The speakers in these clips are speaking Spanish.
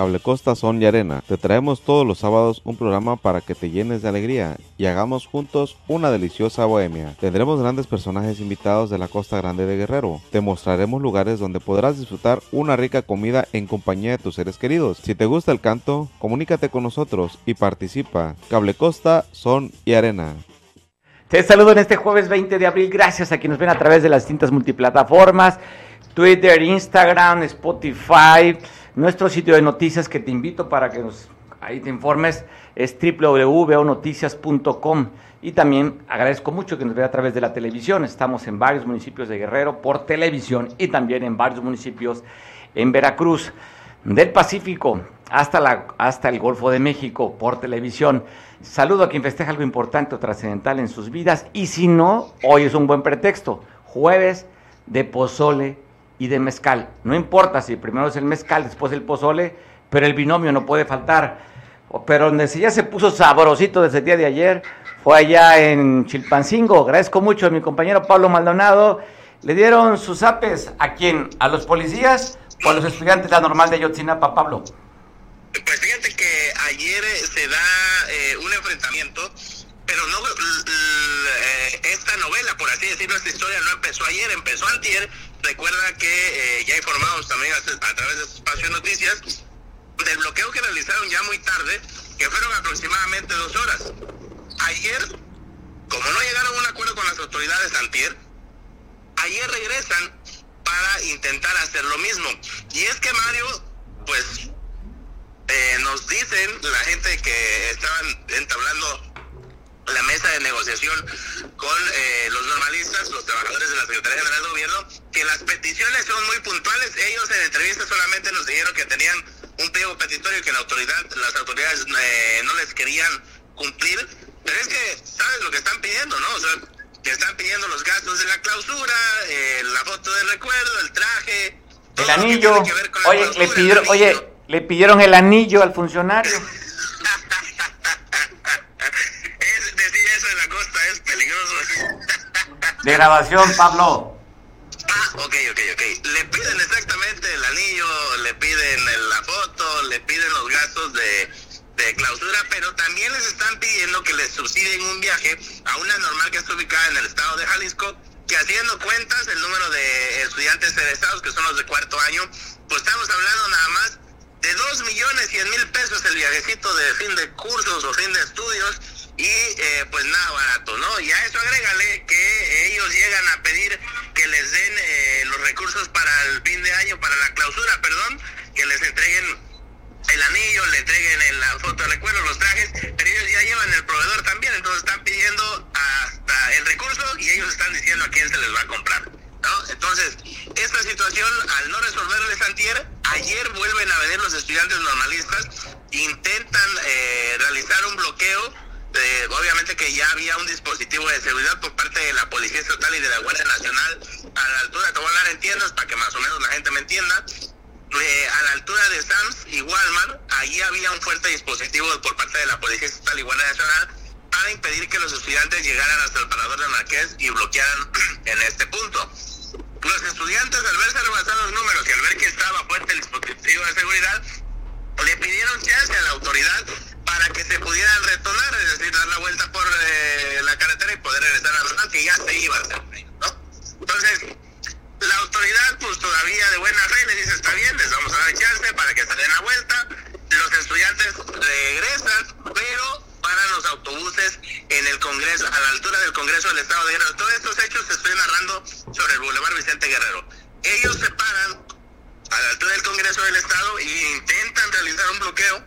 Cable Costa Son y Arena. Te traemos todos los sábados un programa para que te llenes de alegría y hagamos juntos una deliciosa bohemia. Tendremos grandes personajes invitados de la Costa Grande de Guerrero. Te mostraremos lugares donde podrás disfrutar una rica comida en compañía de tus seres queridos. Si te gusta el canto, comunícate con nosotros y participa. Cable Costa Son y Arena. Te saludo en este jueves 20 de abril, gracias a quienes nos ven a través de las distintas multiplataformas, Twitter, Instagram, Spotify, nuestro sitio de noticias que te invito para que ahí te informes, es www.veonoticias.com, y también agradezco mucho que nos vea a través de la televisión. Estamos en varios municipios de Guerrero por televisión y también en varios municipios en Veracruz, del Pacífico hasta el Golfo de México por televisión. Saludo a quien festeja algo importante o trascendental en sus vidas, y si no, hoy es un buen pretexto, jueves de pozole y de mezcal. No importa si primero es el mezcal, después el pozole, pero el binomio no puede faltar. Pero donde ya se puso sabrosito desde el día de ayer fue allá en Chilpancingo. Agradezco mucho a mi compañero Pablo Maldonado. ¿Le dieron sus apes a quién? ¿A los policías o a los estudiantes de la normal de Ayotzinapa, Pablo? Pues fíjate que ayer se da un enfrentamiento, pero no esta novela, por así decirlo, esta historia no empezó ayer, empezó antier. Recuerda que ya informamos también a través de este espacio de noticias del bloqueo que realizaron ya muy tarde, que fueron aproximadamente 2 horas. Ayer, como no llegaron a un acuerdo con las autoridades antier, ayer regresan para intentar hacer lo mismo. Y es que, Mario, pues nos dicen la gente que estaban entablando la mesa de negociación con los normalistas, los trabajadores de la Secretaría General de Gobierno, que las peticiones son muy puntuales. Ellos en entrevistas solamente nos dijeron que tenían un pliego petitorio que las autoridades no les querían cumplir, pero es que sabes lo que están pidiendo, ¿no? O sea, que están pidiendo los gastos de la clausura, la foto de recuerdo, el traje, el anillo. Le pidieron el anillo al funcionario. Decir eso de la costa es peligroso. De grabación, Pablo. Ok. Le piden exactamente el anillo, le piden la foto, le piden los gastos de clausura, pero también les están pidiendo que les subsidien un viaje a una normal que está ubicada en el estado de Jalisco, que haciendo cuentas, el número de estudiantes egresados, que son los de cuarto año, pues estamos hablando nada más de 2,100,000 pesos el viajecito de fin de cursos o fin de estudios, y pues nada barato, ¿no? Y a eso agrégale que ellos llegan a pedir que les den los recursos para el fin de año, para la clausura, que les entreguen el anillo, le entreguen la foto de recuerdo, los trajes, pero ellos ya llevan el proveedor también, entonces están pidiendo hasta el recurso y ellos están diciendo a quién se les va a comprar, ¿no? Entonces, esta situación, al no resolverles antier, ayer vuelven a venir los estudiantes normalistas, intentan realizar un bloqueo. Obviamente que ya había un dispositivo de seguridad por parte de la Policía Estatal y de la Guardia Nacional a la altura, te voy a hablar en tiendas para que más o menos la gente me entienda, a la altura de Sams y Walmart. Allí había un fuerte dispositivo por parte de la Policía Estatal y Guardia Nacional para impedir que los estudiantes llegaran hasta el parador de Marqués y bloquearan en este punto. Los estudiantes, al verse rebasados los números y al ver que estaba fuerte el dispositivo de seguridad, le pidieron chance a la autoridad para que se pudieran retornar, es decir, dar la vuelta por la carretera y poder regresar a la zona que ya se iba a hacer, ¿no? Entonces, la autoridad, pues todavía de buena fe, les dice, está bien, les vamos a dar chance para que se den la vuelta. Los estudiantes regresan, pero paran los autobuses en el Congreso, a la altura del Congreso del Estado de Guerrero. Todos estos hechos se estoy narrando sobre el Boulevard Vicente Guerrero. Ellos se paran a la altura del Congreso del Estado y intentan realizar un bloqueo,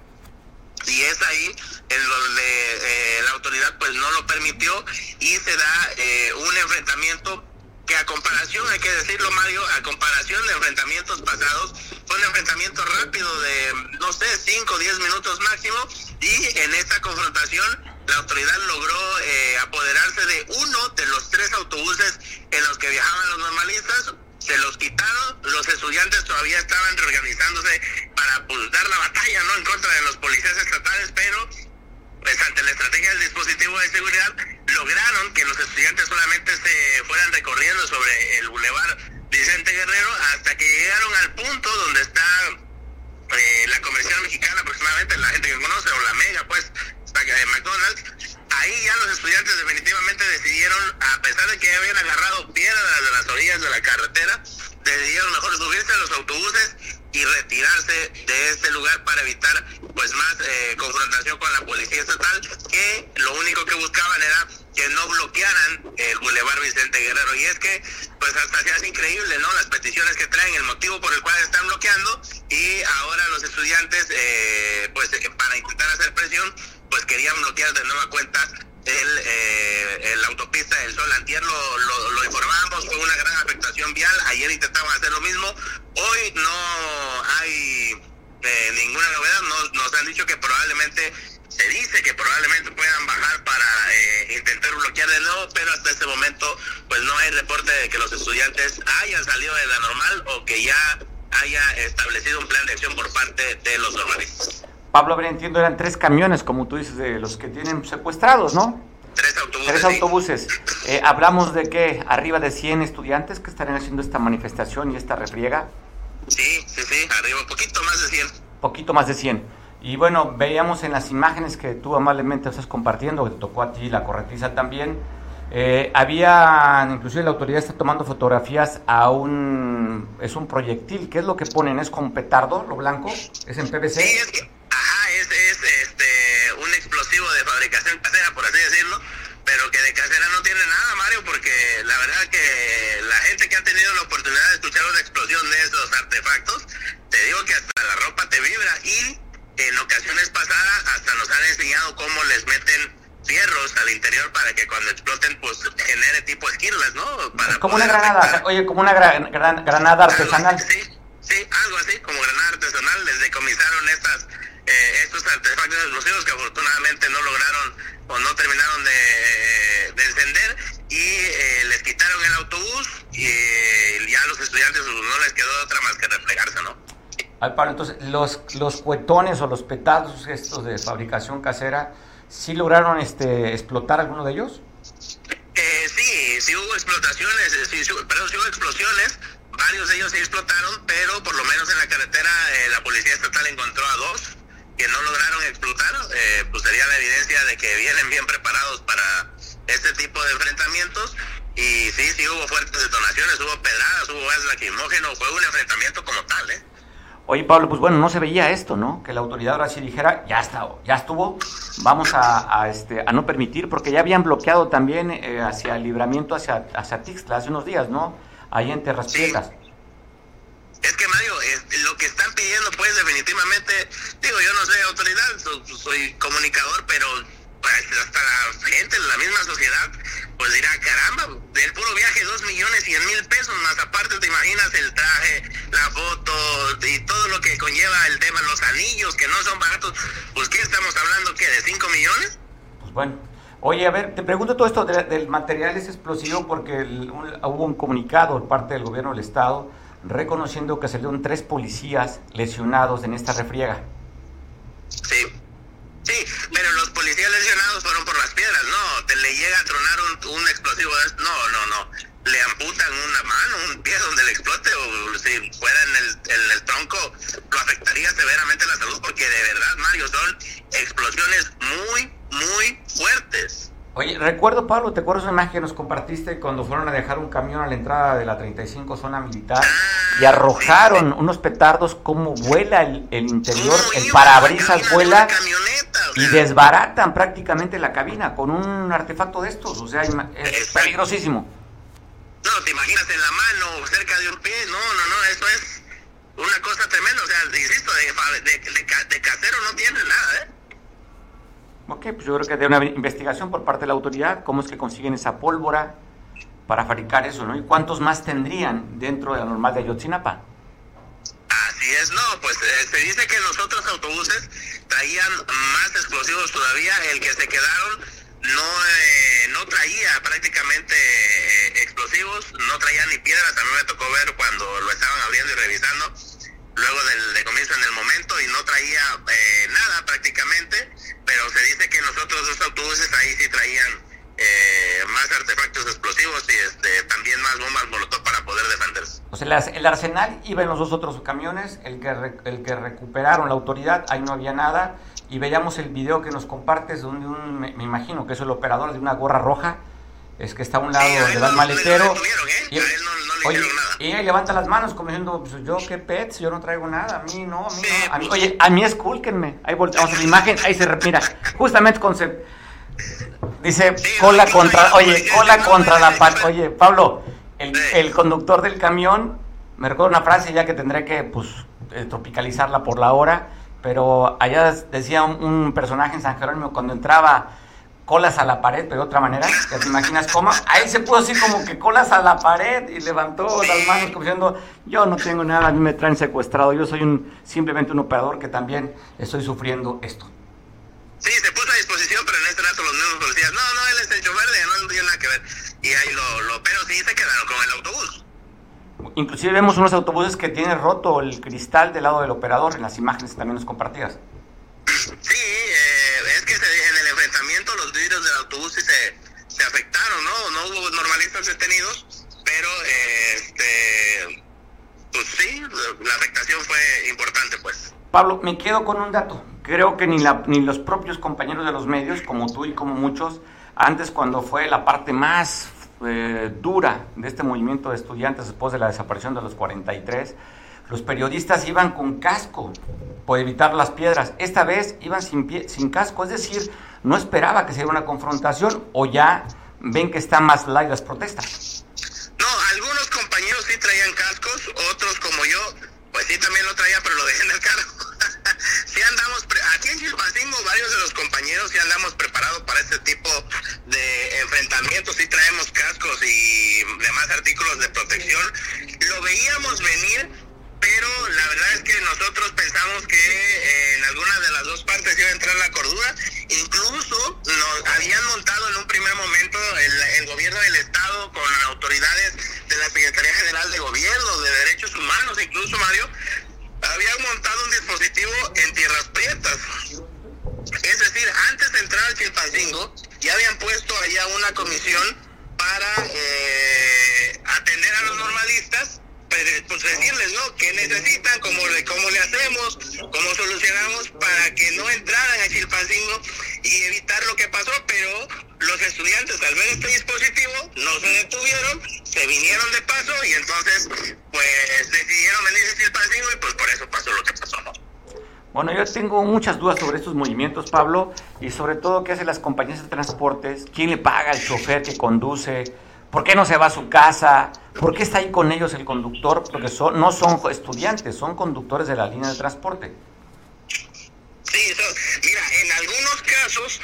y es ahí en donde la autoridad pues no lo permitió, y se da un enfrentamiento que, a comparación, hay que decirlo, Mario, a comparación de enfrentamientos pasados, fue un enfrentamiento rápido de, no sé, 5 o 10 minutos máximo, y en esta confrontación la autoridad logró apoderarse de uno de los 3 autobuses en los que viajaban los normalistas. Se los quitaron, los estudiantes todavía estaban reorganizándose para pues, dar la batalla, ¿no?, en contra de los policías estatales, pero pues ante la estrategia del dispositivo de seguridad lograron que los estudiantes solamente se fueran recorriendo sobre el Boulevard Vicente Guerrero hasta que llegaron al punto donde está la Comercial Ciudad Mexicana aproximadamente, la gente que conoce, o la Mega, pues, McDonald's. Ahí ya los estudiantes definitivamente decidieron, a pesar de que habían agarrado piedras de las orillas de la carretera, decidieron mejor subirse a los autobuses y retirarse de este lugar para evitar pues más confrontación con la policía estatal, que lo único que buscaban era que no bloquearan el Boulevard Vicente Guerrero. Y es que pues hasta se hace increíble, ¿no?, las peticiones que traen, el motivo por el cual están bloqueando, y ahora los estudiantes pues para intentar hacer presión pues querían bloquear de nueva cuenta la autopista del Sol. Antier lo informamos, fue una gran afectación vial. Ayer intentaban hacer lo mismo. Hoy no hay ninguna novedad. Nos han dicho que probablemente, se dice que probablemente puedan bajar para intentar bloquear de nuevo, pero hasta este momento pues no hay reporte de que los estudiantes hayan salido de la normal o que ya haya establecido un plan de acción por parte de los normalistas. Pablo, a ver, entiendo, eran 3 camiones, como tú dices, de los que tienen secuestrados, ¿no? 3 autobuses. 3 autobuses. Sí. Hablamos de que arriba de 100 estudiantes que estarán haciendo esta manifestación y esta refriega. Sí, arriba, poquito más de 100. Poquito más de 100. Y bueno, veíamos en las imágenes que tú amablemente estás compartiendo, que te tocó a ti, la corretiza también, había, inclusive la autoridad está tomando fotografías es un proyectil. ¿Qué es lo que ponen? ¿Es con petardo, lo blanco? ¿Es en PVC? Sí, es un explosivo de fabricación casera, por así decirlo, pero que de casera no tiene nada, Mario, porque la verdad que la gente que ha tenido la oportunidad de escuchar una explosión de esos artefactos, te digo que hasta la ropa te vibra, y en ocasiones pasadas hasta nos han enseñado cómo les meten fierros al interior para que cuando exploten pues genere tipo esquirlas, ¿no? Para como una granada, afectar. Oye, como una granada artesanal. Sí, algo así, como granada artesanal. Les decomisaron estos artefactos explosivos que afortunadamente no lograron o no terminaron de encender, y les quitaron el autobús, y ya a los estudiantes no les quedó otra más que replegarse, ¿no? Ay, Pablo, entonces los cuetones o los petardos estos de fabricación casera, ¿sí lograron explotar alguno de ellos? Sí hubo explotaciones, sí hubo explosiones. Varios de ellos se explotaron, pero por lo menos en la carretera la policía estatal encontró a 2 que no lograron explotar. Pues sería la evidencia de que vienen bien preparados para este tipo de enfrentamientos. Y sí hubo fuertes detonaciones, hubo pedradas, hubo gas lacrimógeno, fue un enfrentamiento como tal, Oye, Pablo, pues bueno, no se veía esto, ¿no? Que la autoridad ahora sí dijera, ya estuvo, vamos a no permitir, porque ya habían bloqueado también hacia el libramiento, hacia Tixtla hace unos días, ¿no? Ahí en Terras Piedras. Es que, Mario, lo que están pidiendo, pues, definitivamente, digo, yo no soy autoridad, soy comunicador, pero pues, hasta la gente, la misma sociedad, pues dirá, caramba, del puro viaje 2.100.000 pesos, más aparte te imaginas el traje, la foto y todo lo que conlleva el tema, los anillos, que no son baratos, pues, ¿qué estamos hablando, qué, de 5 millones? Pues bueno. Oye, a ver, te pregunto todo esto del material explosivo porque hubo un comunicado por parte del gobierno del estado reconociendo que salieron 3 policías lesionados en esta refriega. Sí, pero los policías lesionados fueron por las piedras, no, te le llega a tronar un explosivo, no, le amputan una mano, un pie donde le explote, o si fuera en el tronco, lo afectaría severamente la salud, porque de verdad, Mario, son explosiones muy fuertes. Oye, recuerdo, Pablo, ¿te acuerdas una imagen que nos compartiste cuando fueron a dejar un camión a la entrada de la 35 zona militar y arrojaron unos petardos? ¿Cómo vuela el interior? El parabrisas vuela y desbaratan prácticamente la cabina con un artefacto de estos, o sea, es peligrosísimo. No, te imaginas en la mano, cerca de un pie, no, eso es una cosa tremenda, o sea, insisto, de casero no tiene nada, Ok, pues yo creo que de una investigación por parte de la autoridad, cómo es que consiguen esa pólvora para fabricar eso, ¿no? ¿Y cuántos más tendrían dentro de la normal de Ayotzinapa? Así es, no, pues se dice que los otros autobuses traían más explosivos todavía. El que se quedaron no traía prácticamente explosivos, no traía ni piedras. A mí me tocó ver cuando lo estaban abriendo y revisando luego del decomiso en el momento, y no traía nada prácticamente, pero se dice que los otros dos autobuses ahí sí traían más artefactos explosivos y también más bombas molotov para poder defenderse. O sea, el arsenal iba en los dos otros camiones, el que recuperaron la autoridad, ahí no había nada, y veíamos el video que nos compartes donde me imagino que es el operador de una gorra roja, es que está a un lado del maletero, y él levanta las manos como diciendo, pues yo qué pets, yo no traigo nada, a mí no, oye, a mí escúlquenme, ahí volteamos la imagen, ahí se mira, justamente dice cola contra la pared. Oye, Pablo, el conductor del camión, me recuerdo una frase ya que tendré que tropicalizarla por la hora, pero allá decía un personaje en San Jerónimo cuando entraba colas a la pared, pero de otra manera, ¿ya te imaginas cómo? Ahí se puso así como que colas a la pared y levantó las manos como diciendo, yo no tengo nada, a mí me traen secuestrado, yo soy simplemente un operador que también estoy sufriendo esto. Sí, se puso a disposición, pero en este rato los mismos policías, no, él es el chofer, no tiene nada que ver. Y ahí pero sí se quedaron con el autobús. Inclusive vemos unos autobuses que tienen roto el cristal del lado del operador, en las imágenes también nos compartías. Sí, es que en el enfrentamiento los vidrios del autobús sí se afectaron, no hubo normalistas detenidos, pero pues sí, la afectación fue importante, pues. Pablo, me quedo con un dato. Creo que ni los propios compañeros de los medios, como tú y como muchos, antes cuando fue la parte más dura de este movimiento de estudiantes después de la desaparición de los 43, los periodistas iban con casco por evitar las piedras. Esta vez iban sin casco, es decir, no esperaba que se diera una confrontación, o ya ven que está más light las protestas. No, algunos compañeros sí traían cascos, otros como yo, pues sí también lo traía, pero lo dejé en el carro. Sí andamos, aquí en Chilpancingo varios de los compañeros sí andamos preparados para este tipo de enfrentamientos, sí traemos cascos y demás artículos de protección. Lo veíamos venir, pero la verdad es que nosotros pensamos que en alguna de las dos partes iba a entrar la cordura. Incluso nos habían montado en un primer momento el gobierno del estado con autoridades de la Secretaría General de Gobierno, de Derechos Humanos, incluso Mario, habían montado un dispositivo en Tierras Prietas. Es decir, antes de entrar al Chilpancingo, ya habían puesto allá una comisión para atender a los normalistas, pues decirles, ¿no?, qué necesitan, cómo le hacemos, cómo solucionamos para que no entraran a Chilpancingo y evitar lo que pasó. Pero los estudiantes, al ver este dispositivo, no se detuvieron, se vinieron de paso y entonces pues decidieron venirse a Chilpancingo y pues por eso pasó lo que pasó, ¿no? Bueno, yo tengo muchas dudas sobre estos movimientos, Pablo, y sobre todo qué hacen las compañías de transportes, quién le paga al chofer que conduce, por qué no se va a su casa, por qué está ahí con ellos el conductor, porque no son estudiantes, son conductores de la línea de transporte. Sí, mira, en algunos casos,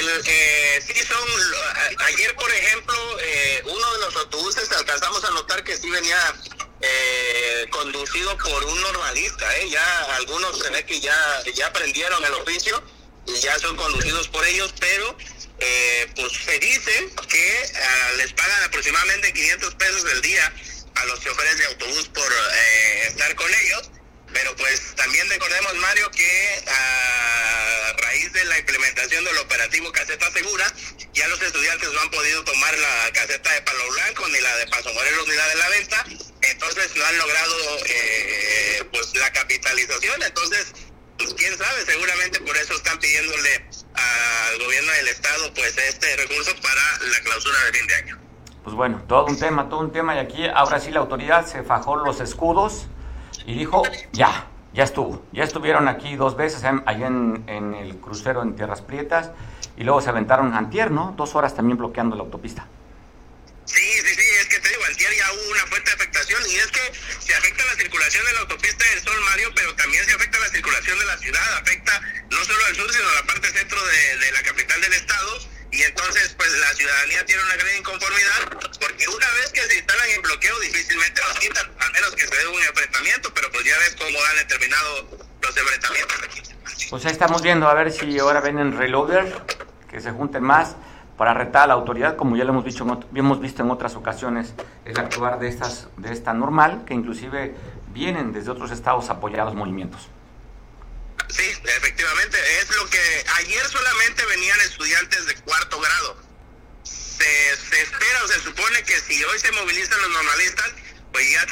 ayer por ejemplo, uno de los autobuses alcanzamos a notar que sí venía conducido por un normalista, ya algunos se ve que ya aprendieron el oficio y ya son conducidos por ellos, pero pues se dice que les pagan aproximadamente 500 pesos del día a los choferes de autobús por estar con ellos. Pero pues también recordemos, Mario, que a raíz de la implementación del operativo Caseta Segura, ya los estudiantes no han podido tomar la caseta de Palo Blanco, ni la de Paso Morelos, ni la de La Venta. Entonces no han logrado pues la capitalización. Entonces, pues quién sabe, seguramente por eso están pidiéndole al gobierno del estado pues este recurso para la clausura de fin de año. Pues bueno, todo un tema, y aquí ahora sí la autoridad se fajó los escudos y dijo, ya estuvo. Ya estuvieron aquí 2 veces, allá en el crucero en Tierras Prietas, y luego se aventaron antier, ¿no? 2 horas también bloqueando la autopista. Sí, es que te digo, antier ya hubo una fuerte afectación, y es que se afecta la circulación de la autopista del Sol, Mario, pero también se afecta la circulación de la ciudad, afecta no solo al sur, sino a la parte centro de la capital del estado, y entonces pues la ciudadanía tiene una gran inconformidad, porque una vez que se instalan en bloqueo difícilmente los quitan, al menos que se dé un enfrentamiento, pero pues ya ves cómo han terminado los enfrentamientos aquí. Pues ahí estamos viendo, a ver si ahora ven en Reloader, que se junten más para retar a la autoridad, como ya lo hemos visto en otras ocasiones, el actuar de esta normal, que inclusive vienen desde otros estados a apoyar a los movimientos. Sí, efectivamente, es lo que ayer solamente venían estudiantes de 4º grado. se espera o se supone que si hoy se movilizan los normalistas, pues ya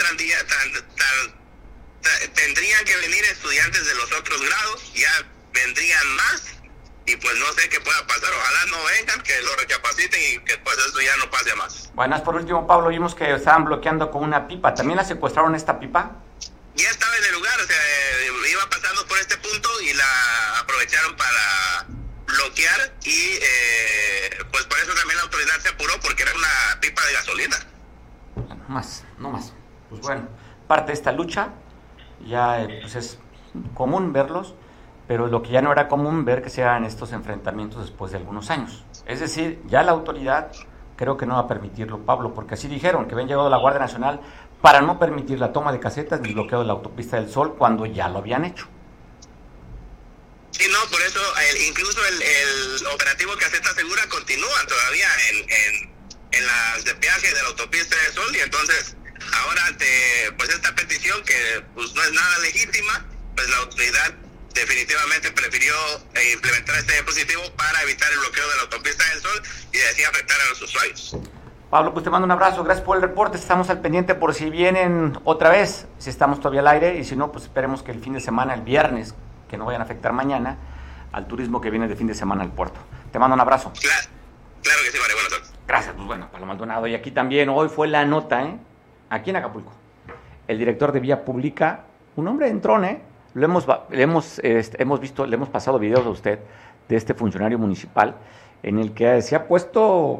tendrían que venir estudiantes de los otros grados, ya vendrían más, y pues no sé qué pueda pasar. Ojalá no vengan, que lo recapaciten y que pues eso ya no pase más. Bueno, por último, Pablo, vimos que estaban bloqueando con una pipa. ¿También la secuestraron esta pipa? Ya estaba en el lugar, o sea, iba pasando por este punto y la aprovecharon para bloquear y pues por eso también la autoridad se apuró, porque era una pipa de gasolina. No más. Pues bueno, parte de esta lucha ya pues es común verlos, pero lo que ya no era común ver que se hagan estos enfrentamientos después de algunos años. Es decir, ya la autoridad creo que no va a permitirlo, Pablo, porque así dijeron que habían llegado la Guardia Nacional para no permitir la toma de casetas ni el bloqueo de la autopista del Sol cuando ya lo habían hecho. Sí, no, por eso incluso el operativo Caseta Segura continúa todavía en las de peaje de la autopista del Sol, y entonces ahora ante pues esta petición que pues no es nada legítima, pues la autoridad definitivamente prefirió implementar este dispositivo para evitar el bloqueo de la autopista del Sol y así afectar a los usuarios. Pablo, pues te mando un abrazo, gracias por el reporte, estamos al pendiente por si vienen otra vez, si estamos todavía al aire, y si no, pues esperemos que el fin de semana, el viernes, que no vayan a afectar mañana al turismo que viene de fin de semana al puerto. Te mando un abrazo. Claro que sí, vale, buenas tardes. Gracias, pues bueno, Pablo Maldonado. Y aquí también, hoy fue la nota, aquí en Acapulco. El director de Vía Pública, un hombre entrón, le hemos pasado videos a usted de este funcionario municipal en el que se ha puesto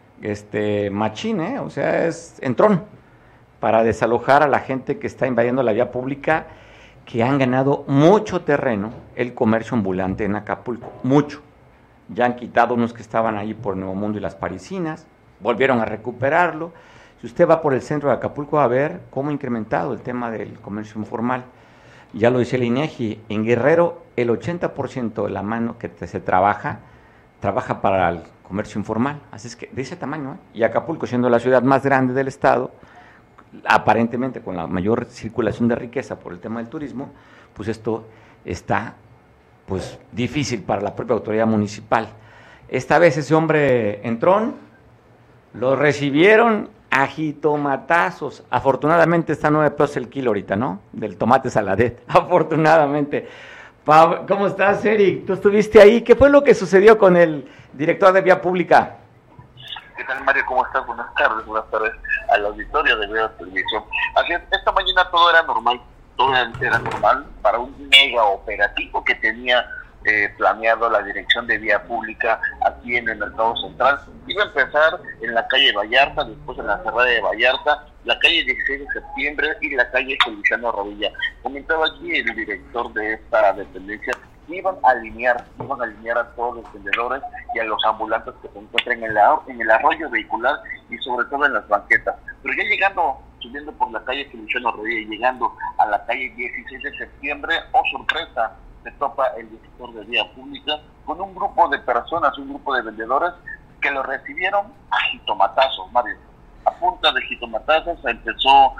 machín, o sea, es entrón para desalojar a la gente que está invadiendo la vía pública, que han ganado mucho terreno el comercio ambulante en Acapulco, mucho. Ya han quitado unos que estaban ahí por Nuevo Mundo y Las Parisinas, volvieron a recuperarlo. Si usted va por el centro de Acapulco va a ver cómo ha incrementado el tema del comercio informal. Ya lo dice el INEGI, en Guerrero el 80% de la mano que se trabaja para el comercio informal, así es que de ese tamaño, y Acapulco siendo la ciudad más grande del estado, aparentemente con la mayor circulación de riqueza por el tema del turismo, pues esto está pues difícil para la propia autoridad municipal. Esta vez ese hombre entrón, lo recibieron a jitomatazos. Afortunadamente está 9 pesos el kilo ahorita, ¿no? Del tomate saladet, afortunadamente. Pablo, ¿cómo estás, Eric? ¿Tú estuviste ahí? ¿Qué fue lo que sucedió con el director de Vía Pública? ¿Qué tal, Mario? ¿Cómo estás? Buenas tardes al auditorio de Vía Televisión. Así es, esta mañana todo era normal para un mega operativo que tenía planeado la Dirección de Vía Pública aquí en el Mercado Central. Iba a empezar en la calle Vallarta, después en la Cerrada de Vallarta, la calle 16 de septiembre y la calle Feliciano Rodilla. Comentaba aquí el director de esta dependencia, iban a alinear a todos los vendedores y a los ambulantes que se encuentran en el arroyo vehicular y sobre todo en las banquetas. Pero ya subiendo por la calle Feliciano Rodilla y llegando a la calle 16 de septiembre, sorpresa, se topa el director de Vía Pública con un grupo de personas, un grupo de vendedores que lo recibieron a jitomatazos, Mario. A punta de jitomatazos empezó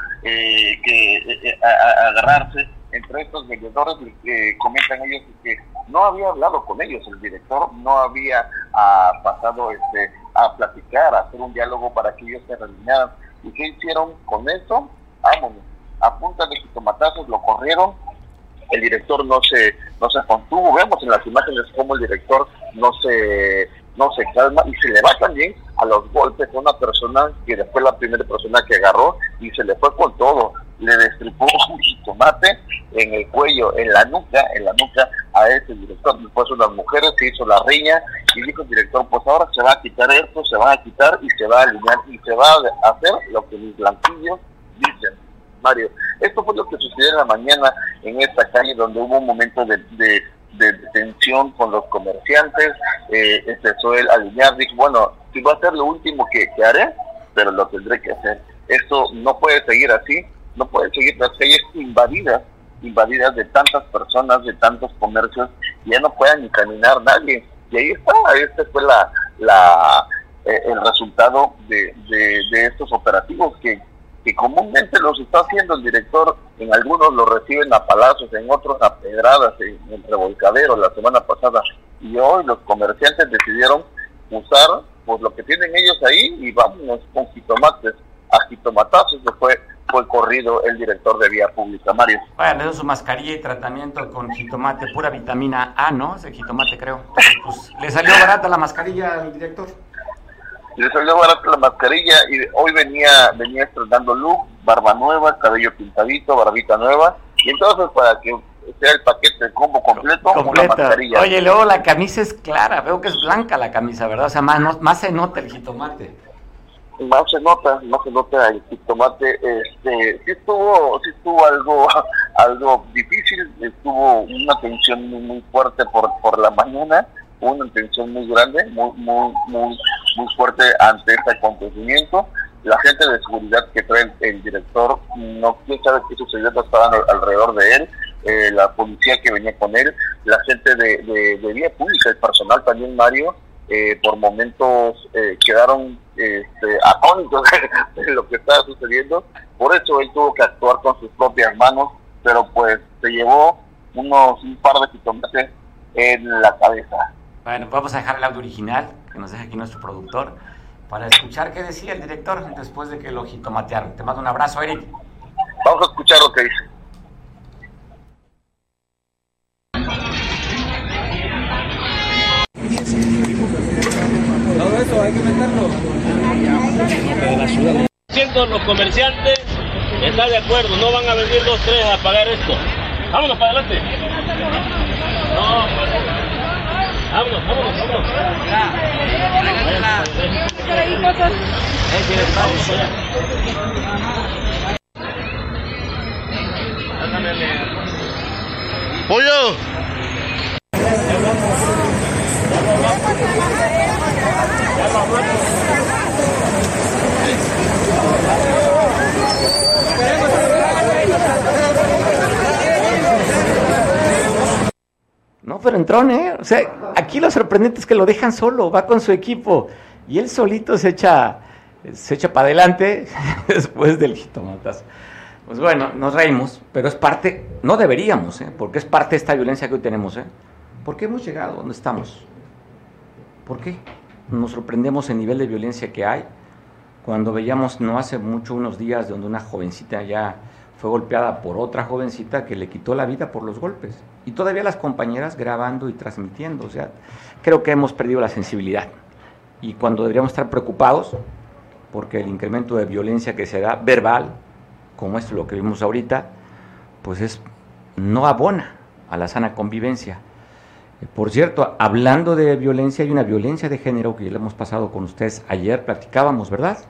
a agarrarse entre estos vendedores. Comentan ellos que no había hablado con ellos el director, no había pasado a platicar, a hacer un diálogo para que ellos se reuniran. ¿Y qué hicieron con eso? Vámonos, a punta de jitomatazos lo corrieron. El director no se contuvo. Vemos en las imágenes cómo el director no se calma y se le va también a los golpes a una persona que después la primera persona que agarró y se le fue con todo. Le destripó un jitomate en el cuello, en la nuca a ese director. Después unas mujeres se hizo la riña y dijo el director, pues ahora se va a quitar esto, se va a quitar y se va a alinear y se va a hacer lo que mis blanquillos dicen. Mario, esto fue lo que sucedió en la mañana en esta calle, donde hubo un momento de tensión con los comerciantes. Empezó él a alinear, dijo, bueno, si va a ser lo último que haré, pero lo tendré que hacer. Esto no puede seguir así, no puede seguir las calles invadidas de tantas personas, de tantos comercios, y ya no pueda ni caminar nadie. Y ahí está, este fue el resultado de estos operativos que comúnmente los está haciendo el director. En algunos lo reciben a palazos, en otros a pedradas, en el revolcadero la semana pasada, y hoy los comerciantes decidieron usar pues lo que tienen ellos ahí y vámonos con jitomates, a jitomatazos se fue corrido el director de Vía Pública, Mario. Vaya, le dio su mascarilla y tratamiento con jitomate, pura vitamina A, ¿no? Ese jitomate, creo. Pues, ¿le salió barata la mascarilla al director? Le salió barata la mascarilla y hoy venía estrenando look, barba nueva, cabello pintadito, barbita nueva, y entonces para que sea el paquete, el combo completo, una mascarilla. Oye, luego la camisa es clara, veo que es blanca la camisa, ¿verdad? O sea, más se nota el jitomate. Más se nota el jitomate. Sí estuvo algo difícil, estuvo una tensión muy fuerte por la mañana, una tensión muy grande, muy fuerte ante este acontecimiento. La gente de seguridad que trae el director, quién sabe qué sucedió, no estaban alrededor de él, la policía que venía con él, la gente de Vía Pública, el personal también, Mario, por momentos quedaron atónitos de lo que estaba sucediendo. Por eso él tuvo que actuar con sus propias manos, pero pues se llevó un par de jitomates en la cabeza. Bueno, vamos a dejar el audio original que nos deja aquí nuestro productor para escuchar qué decía el director después de que lo jitomatearon. Te mando un abrazo, Eric. Vamos a escuchar lo que dice. Todo eso hay que meterlo. Siento los comerciantes están de acuerdo, no van a venir 2, 3 a pagar esto. Vámonos para adelante. No, vámonos. ¡Pollo! No, pero entró, O sea, aquí lo sorprendente es que lo dejan solo, va con su equipo y él solito se echa para adelante después del jitomatazo. Pues bueno, nos reímos, pero es parte, no deberíamos, porque es parte de esta violencia que hoy tenemos, ¿Por qué hemos llegado donde estamos? ¿Por qué? Nos sorprendemos el nivel de violencia que hay. Cuando veíamos no hace mucho, unos días, donde una jovencita ya fue golpeada por otra jovencita que le quitó la vida por los golpes. Y todavía las compañeras grabando y transmitiendo. O sea, creo que hemos perdido la sensibilidad. Y cuando deberíamos estar preocupados, porque el incremento de violencia que se da verbal, como es lo que vimos ahorita, pues no abona a la sana convivencia. Por cierto, hablando de violencia, hay una violencia de género que ya le hemos pasado con ustedes ayer, platicábamos, ¿verdad?,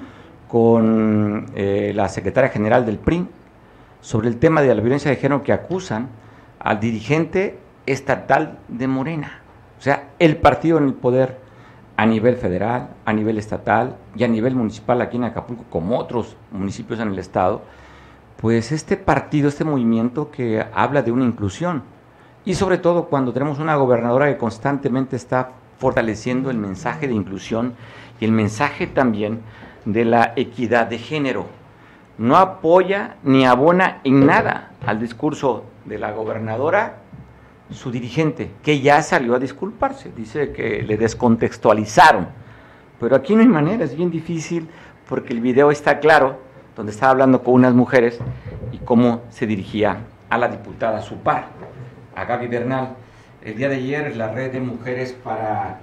con la secretaria general del PRI, sobre el tema de la violencia de género que acusan al dirigente estatal de Morena. O sea, el partido en el poder a nivel federal, a nivel estatal y a nivel municipal aquí en Acapulco, como otros municipios en el estado, pues este partido, este movimiento que habla de una inclusión, y sobre todo cuando tenemos una gobernadora que constantemente está fortaleciendo el mensaje de inclusión y el mensaje también de la equidad de género. No apoya ni abona en nada al discurso de la gobernadora, su dirigente, que ya salió a disculparse, dice que le descontextualizaron, pero aquí no hay manera, es bien difícil, porque el video está claro, donde estaba hablando con unas mujeres y cómo se dirigía a la diputada, su par, a Gaby Bernal. El día de ayer la red de mujeres para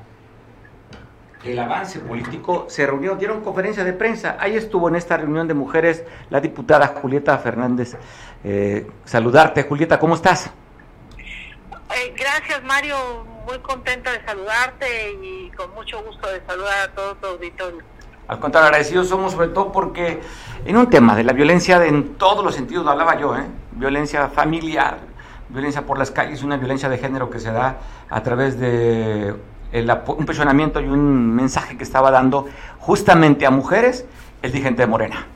el avance político se reunió, dieron conferencia de prensa. Ahí estuvo en esta reunión de mujeres la diputada Julieta Fernández. Saludarte, Julieta, ¿cómo estás? Gracias, Mario, muy contenta de saludarte y con mucho gusto de saludar a todo tu auditorio. Al contrario, agradecidos somos, sobre todo porque en un tema de la violencia en todos los sentidos, lo hablaba yo, violencia familiar, violencia por las calles, una violencia de género que se da a través de un posicionamiento y un mensaje que estaba dando justamente a mujeres el dirigente de Morena.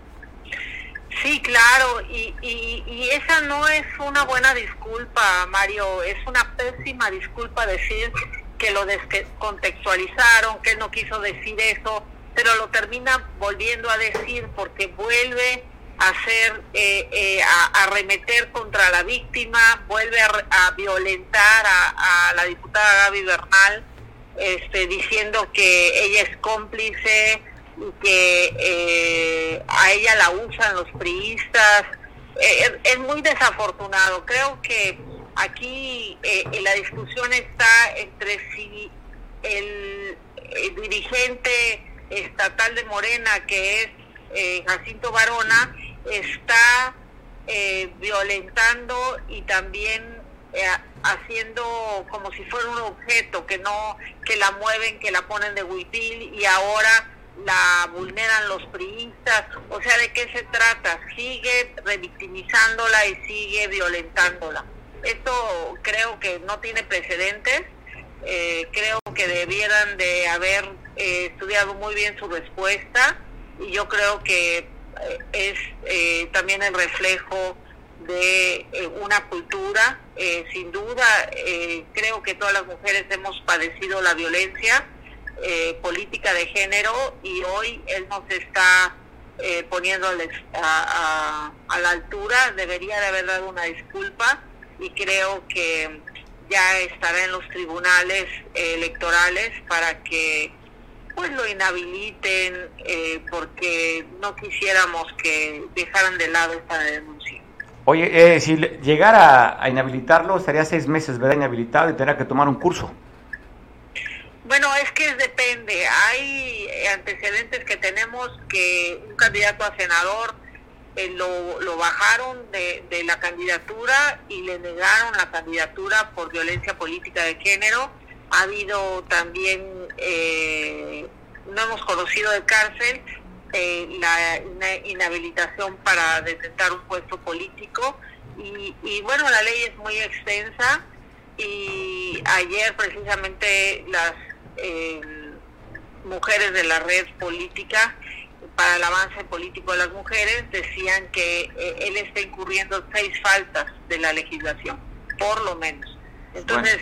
Sí, claro, y esa no es una buena disculpa, Mario, es una pésima disculpa decir que lo descontextualizaron, que él no quiso decir eso, pero lo termina volviendo a decir porque vuelve a hacer, a arremeter contra la víctima, vuelve a violentar a la diputada Gaby Bernal, diciendo que ella es cómplice y que a ella la usan los priistas. Es muy desafortunado. Creo que aquí la discusión está entre si el dirigente estatal de Morena, que es Jacinto Varona, está violentando y también haciendo como si fuera un objeto, que la mueven, que la ponen de huipil y ahora la vulneran los priistas. O sea, ¿de qué se trata? Sigue revictimizándola y sigue violentándola. Esto creo que no tiene precedentes. Creo que debieran de haber estudiado muy bien su respuesta, y yo creo que es también el reflejo de una cultura. Sin duda, creo que todas las mujeres hemos padecido la violencia política de género, y hoy él nos está poniendo a la altura. Debería de haber dado una disculpa, y creo que ya estará en los tribunales electorales para que pues lo inhabiliten, porque no quisiéramos que dejaran de lado esta denuncia. Oye, si llegara a inhabilitarlo, estaría 6 meses, ¿verdad? Inhabilitado, y tendrá que tomar un curso. Bueno, es que depende. Hay antecedentes que tenemos, que un candidato a senador lo bajaron de la candidatura y le negaron la candidatura por violencia política de género. Ha habido también, no hemos conocido de cárcel, la inhabilitación para detentar un puesto político, y bueno, la ley es muy extensa, y ayer precisamente las mujeres de la red política para el avance político de las mujeres decían que él está incurriendo 6 faltas de la legislación, por lo menos. Entonces,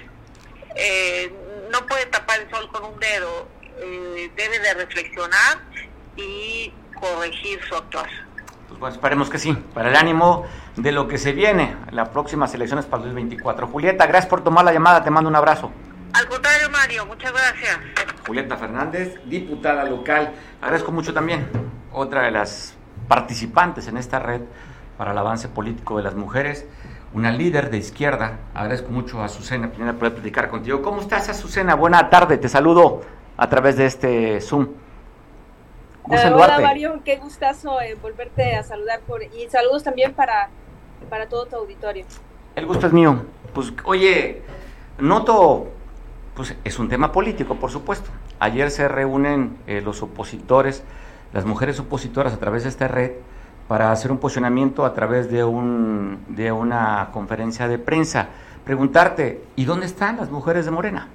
no puede tapar el sol con un dedo, debe de reflexionar y corregir su actuación. Pues bueno, esperemos que sí, para el ánimo de lo que se viene, las próximas elecciones para el 2024. Julieta, gracias por tomar la llamada, te mando un abrazo. Al contrario, Mario, muchas gracias. Julieta Fernández, diputada local. Agradezco mucho también, otra de las participantes en esta red para el avance político de las mujeres, una líder de izquierda. Agradezco mucho a Azucena Pineda por platicar contigo. ¿Cómo estás, Azucena? Buena tarde, te saludo a través de este Zoom. Hola, Mario, qué gustazo volverte a saludar, y saludos también para todo tu auditorio. El gusto es mío. Pues, oye, noto, pues es un tema político, por supuesto. Ayer se reúnen los opositores, las mujeres opositoras a través de esta red, para hacer un posicionamiento a través de una conferencia de prensa. Preguntarte, ¿y dónde están las mujeres de Morena?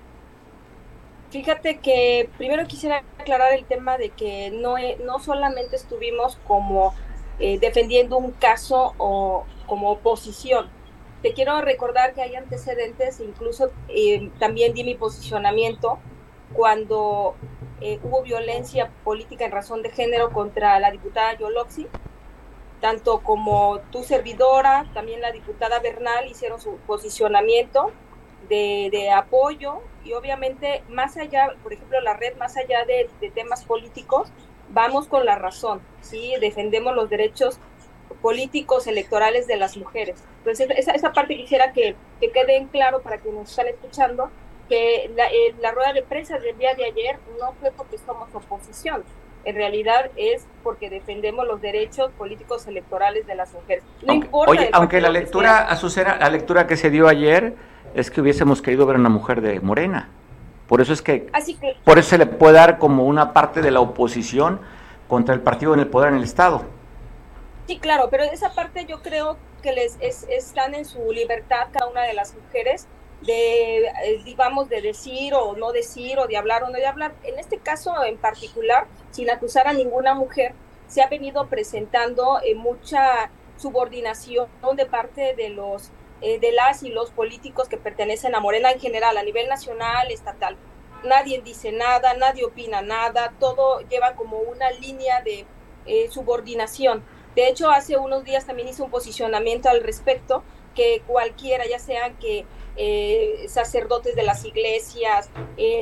Fíjate que primero quisiera aclarar el tema de que no solamente estuvimos como defendiendo un caso o como oposición. Te quiero recordar que hay antecedentes, incluso también di mi posicionamiento cuando hubo violencia política en razón de género contra la diputada Yoloxi, tanto como tu servidora, también la diputada Bernal hicieron su posicionamiento de apoyo, y obviamente más allá, por ejemplo, la red, más allá de temas políticos, vamos con la razón, ¿sí? Defendemos los derechos políticos electorales de las mujeres. Entonces esa parte quisiera que quede en claro para quienes nos están escuchando, que la rueda de prensa del día de ayer no fue porque somos oposición, en realidad es porque defendemos los derechos políticos electorales de las mujeres. No importa. Oye, aunque la lectura, Azucena, la lectura que se dio ayer es que hubiésemos querido ver a una mujer de Morena. Por eso es que por eso se le puede dar como una parte de la oposición contra el partido en el poder en el Estado. Sí, claro, pero esa parte yo creo que están en su libertad cada una de las mujeres de, digamos, de decir o no decir, o de hablar o no de hablar. En este caso en particular, sin acusar a ninguna mujer, se ha venido presentando mucha subordinación de parte de las y los políticos que pertenecen a Morena en general, a nivel nacional, estatal. Nadie dice nada, nadie opina nada, todo lleva como una línea de subordinación. De hecho, hace unos días también hice un posicionamiento al respecto, que cualquiera, ya sean que sacerdotes de las iglesias,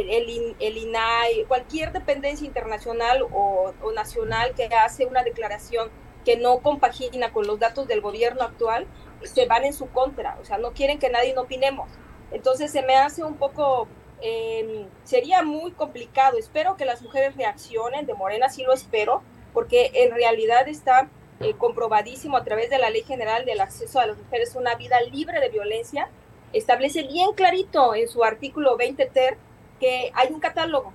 el INAI, cualquier dependencia internacional o nacional que hace una declaración que no compagina con los datos del gobierno actual, se van en su contra, o sea, no quieren que nadie opinemos. Entonces se me hace un poco, sería muy complicado. Espero que las mujeres reaccionen, de Morena sí lo espero, porque en realidad está comprobadísimo a través de la Ley General del Acceso a las Mujeres a una Vida Libre de Violencia. Establece bien clarito en su artículo 20 ter que hay un catálogo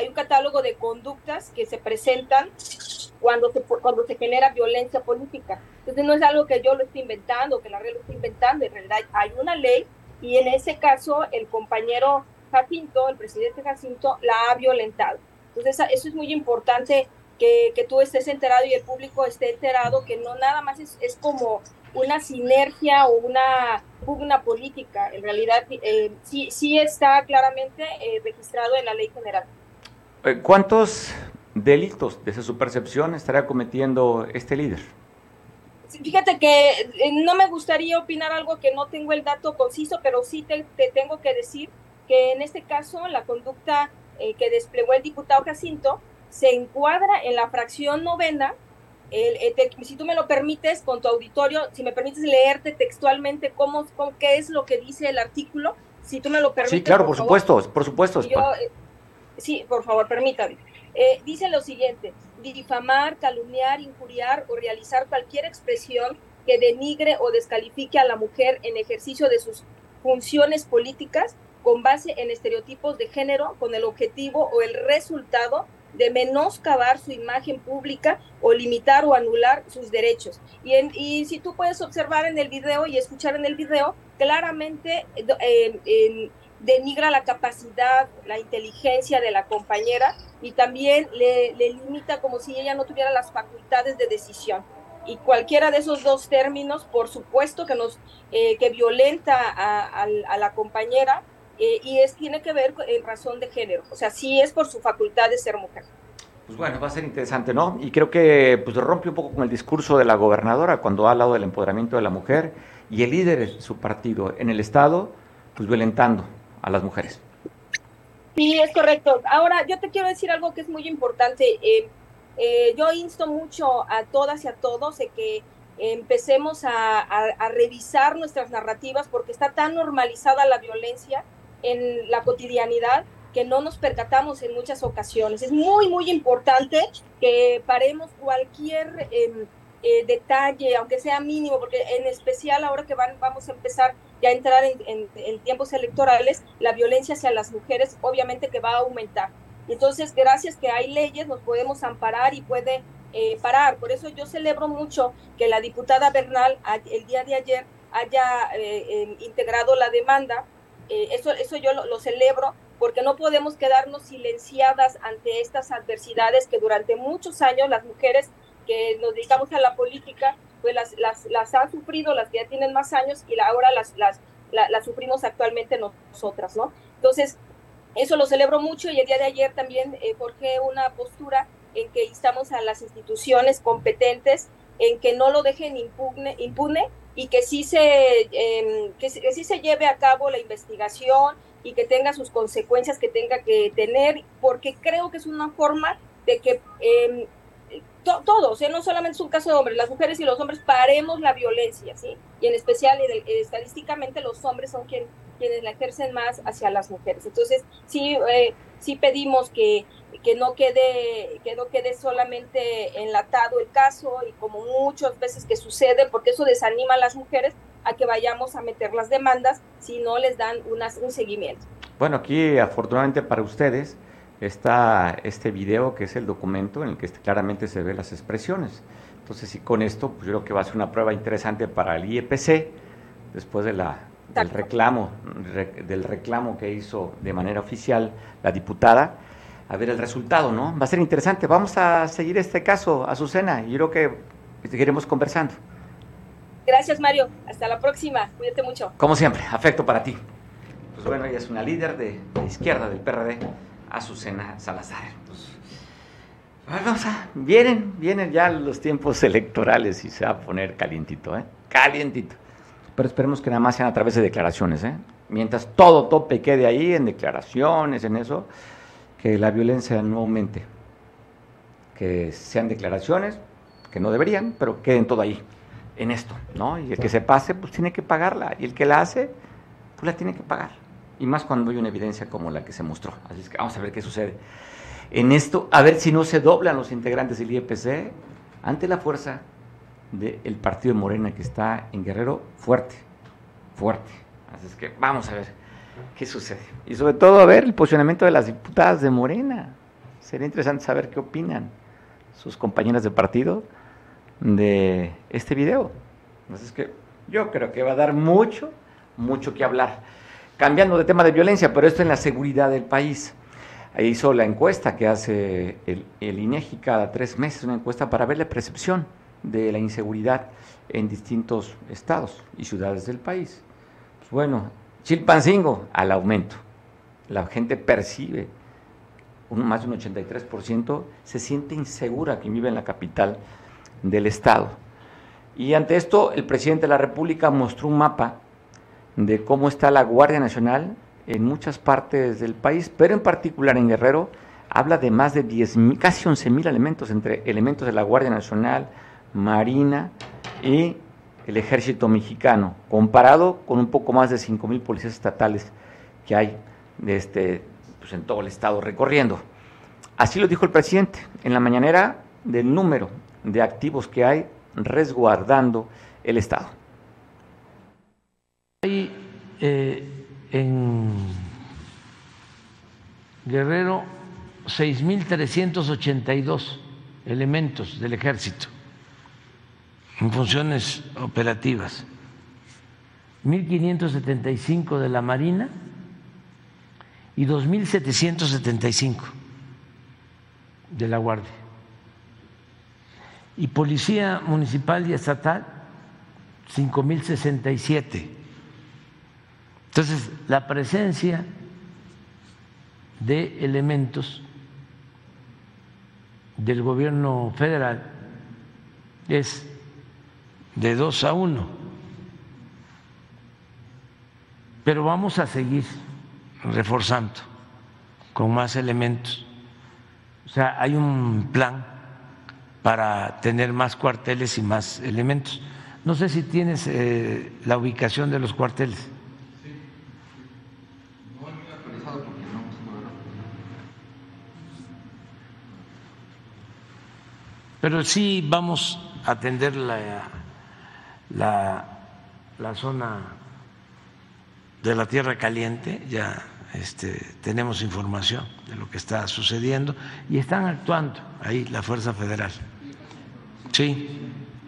de conductas que se presentan cuando se genera violencia política. Entonces no es algo que yo lo esté inventando, que la red lo esté inventando, en realidad hay una ley, y en ese caso el compañero Jacinto, el presidente Jacinto, la ha violentado. Entonces eso es muy importante, que tú estés enterado y el público esté enterado, que no nada más es como una sinergia o una pugna política. En realidad sí está claramente registrado en la Ley General. ¿Cuántos delitos, desde su percepción, estaría cometiendo este líder? Fíjate que no me gustaría opinar algo que no tengo el dato conciso, pero sí te tengo que decir que en este caso la conducta que desplegó el diputado Jacinto se encuadra en la fracción 9. Si tú me lo permites, con tu auditorio, si me permites leerte textualmente qué es lo que dice el artículo, si tú me lo permites. Sí, claro, por supuesto. Sí, por favor, permítame. Dice lo siguiente: difamar, calumniar, injuriar o realizar cualquier expresión que denigre o descalifique a la mujer en ejercicio de sus funciones políticas con base en estereotipos de género, con el objetivo o el resultado de menoscabar su imagen pública o limitar o anular sus derechos. Y si tú puedes observar en el video y escuchar en el video, claramente denigra la capacidad, la inteligencia de la compañera, y también le limita como si ella no tuviera las facultades de decisión. Y cualquiera de esos dos términos, por supuesto que violenta a la compañera, y tiene que ver en razón de género, o sea, sí es por su facultad de ser mujer. Pues bueno, va a ser interesante, ¿no? Y creo que pues rompe un poco con el discurso de la gobernadora cuando ha hablado del empoderamiento de la mujer, y el líder de su partido en el estado, pues violentando a las mujeres. Sí, es correcto. Ahora, yo te quiero decir algo que es muy importante. Yo insto mucho a todas y a todos de que empecemos a revisar nuestras narrativas, porque está tan normalizada la violencia en la cotidianidad que no nos percatamos en muchas ocasiones. Es muy, muy importante que paremos cualquier detalle, aunque sea mínimo, porque en especial ahora que vamos a empezar ya a entrar en tiempos electorales, la violencia hacia las mujeres obviamente que va a aumentar. Entonces, gracias que hay leyes, nos podemos amparar y puede parar. Por eso yo celebro mucho que la diputada Bernal el día de ayer haya integrado la demanda. Eso yo lo celebro, porque no podemos quedarnos silenciadas ante estas adversidades que durante muchos años las mujeres que nos dedicamos a la política, pues las han sufrido, las que ya tienen más años, y ahora las sufrimos actualmente nosotras, ¿no? Entonces, eso lo celebro mucho, y el día de ayer también forjé una postura en que instamos a las instituciones competentes en que no lo dejen impune, y que sí se lleve a cabo la investigación y que tenga sus consecuencias que tenga que tener, porque creo que es una forma de que todos, no solamente es un caso de hombres, las mujeres y los hombres paremos la violencia, ¿sí? Y en especial estadísticamente los hombres son quienes la ejercen más hacia las mujeres. Entonces sí pedimos que no quede solamente enlatado el caso, y como muchas veces que sucede, porque eso desanima a las mujeres a que vayamos a meter las demandas si no les dan un seguimiento. Bueno, aquí afortunadamente para ustedes está este video, que es el documento en el que claramente se ven las expresiones. Entonces, y con esto, pues yo creo que va a ser una prueba interesante para el IEPC, después del reclamo que hizo de manera oficial la diputada, a ver el resultado, ¿no? Va a ser interesante. Vamos a seguir este caso, Azucena, y yo creo que seguiremos conversando. Gracias, Mario. Hasta la próxima. Cuídate mucho. Como siempre, afecto para ti. Pues bueno, ella es una líder de la izquierda del PRD, Azucena Salazar. Pues, vienen ya los tiempos electorales y se va a poner calientito, calientito. pero esperemos que nada más sean a través de declaraciones, ¿eh? Mientras todo tope quede ahí en declaraciones, en eso, que la violencia no aumente, que sean declaraciones, que no deberían, pero queden todo ahí, en esto, ¿no? Y el que se pase, pues tiene que pagarla, y el que la hace, pues la tiene que pagar, y más cuando hay una evidencia como la que se mostró. Así es que vamos a ver qué sucede en esto, a ver si no se doblan los integrantes del IEPC ante la fuerza del partido de Morena que está en Guerrero fuerte. Así es que vamos a ver qué sucede. Y sobre todo a ver el posicionamiento de las diputadas de Morena. Sería interesante saber qué opinan sus compañeras de partido de este video. Así es que yo creo que va a dar mucho que hablar. Cambiando de tema de violencia, pero esto en la seguridad del país. Ahí hizo la encuesta que hace el INEGI cada 3 meses, una encuesta para ver la percepción de la inseguridad en distintos estados y ciudades del país. Pues bueno, Chilpancingo al aumento. La gente percibe, más de un 83% se siente insegura quien vive en la capital del estado. Y ante esto, el presidente de la República mostró un mapa de cómo está la Guardia Nacional en muchas partes del país, pero en particular en Guerrero, habla de más de 10,000, casi 11,000 elementos, entre elementos de la Guardia Nacional, Marina y el Ejército Mexicano, comparado con un poco más de 5,000 policías estatales que hay pues en todo el estado recorriendo. Así lo dijo el presidente en la mañanera del número de activos que hay resguardando el estado. Hay en Guerrero 6,382 elementos del ejército en funciones operativas, 1,575 de la Marina y 2,775 de la Guardia. Y Policía Municipal y Estatal, 5,067. Entonces, la presencia de elementos del gobierno federal es de 2-1, pero vamos a seguir reforzando con más elementos. O sea, hay un plan para tener más cuarteles y más elementos. No sé si tienes la ubicación de los cuarteles. Pero sí vamos a atender la zona de la Tierra Caliente, ya tenemos información de lo que está sucediendo y están actuando ahí la Fuerza Federal. Sí.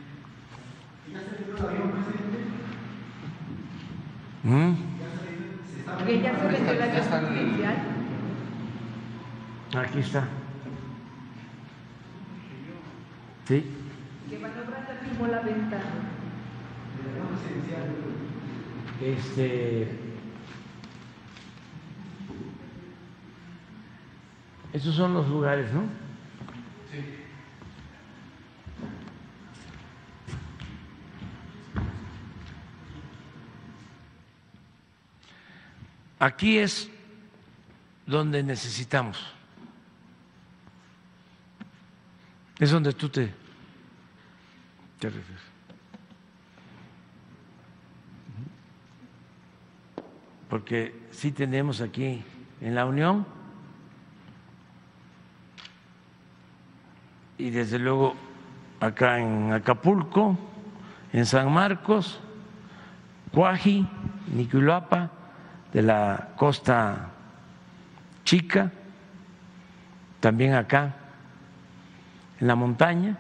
Aquí está. Sí. Que Manobra firmó la venta. Esos son los lugares, ¿no? Sí. Aquí es donde necesitamos. Es donde tú te refieres. Porque sí tenemos aquí en La Unión y desde luego acá en Acapulco, en San Marcos, Cuaji, Nicuilapa, de la Costa Chica, también acá en la montaña.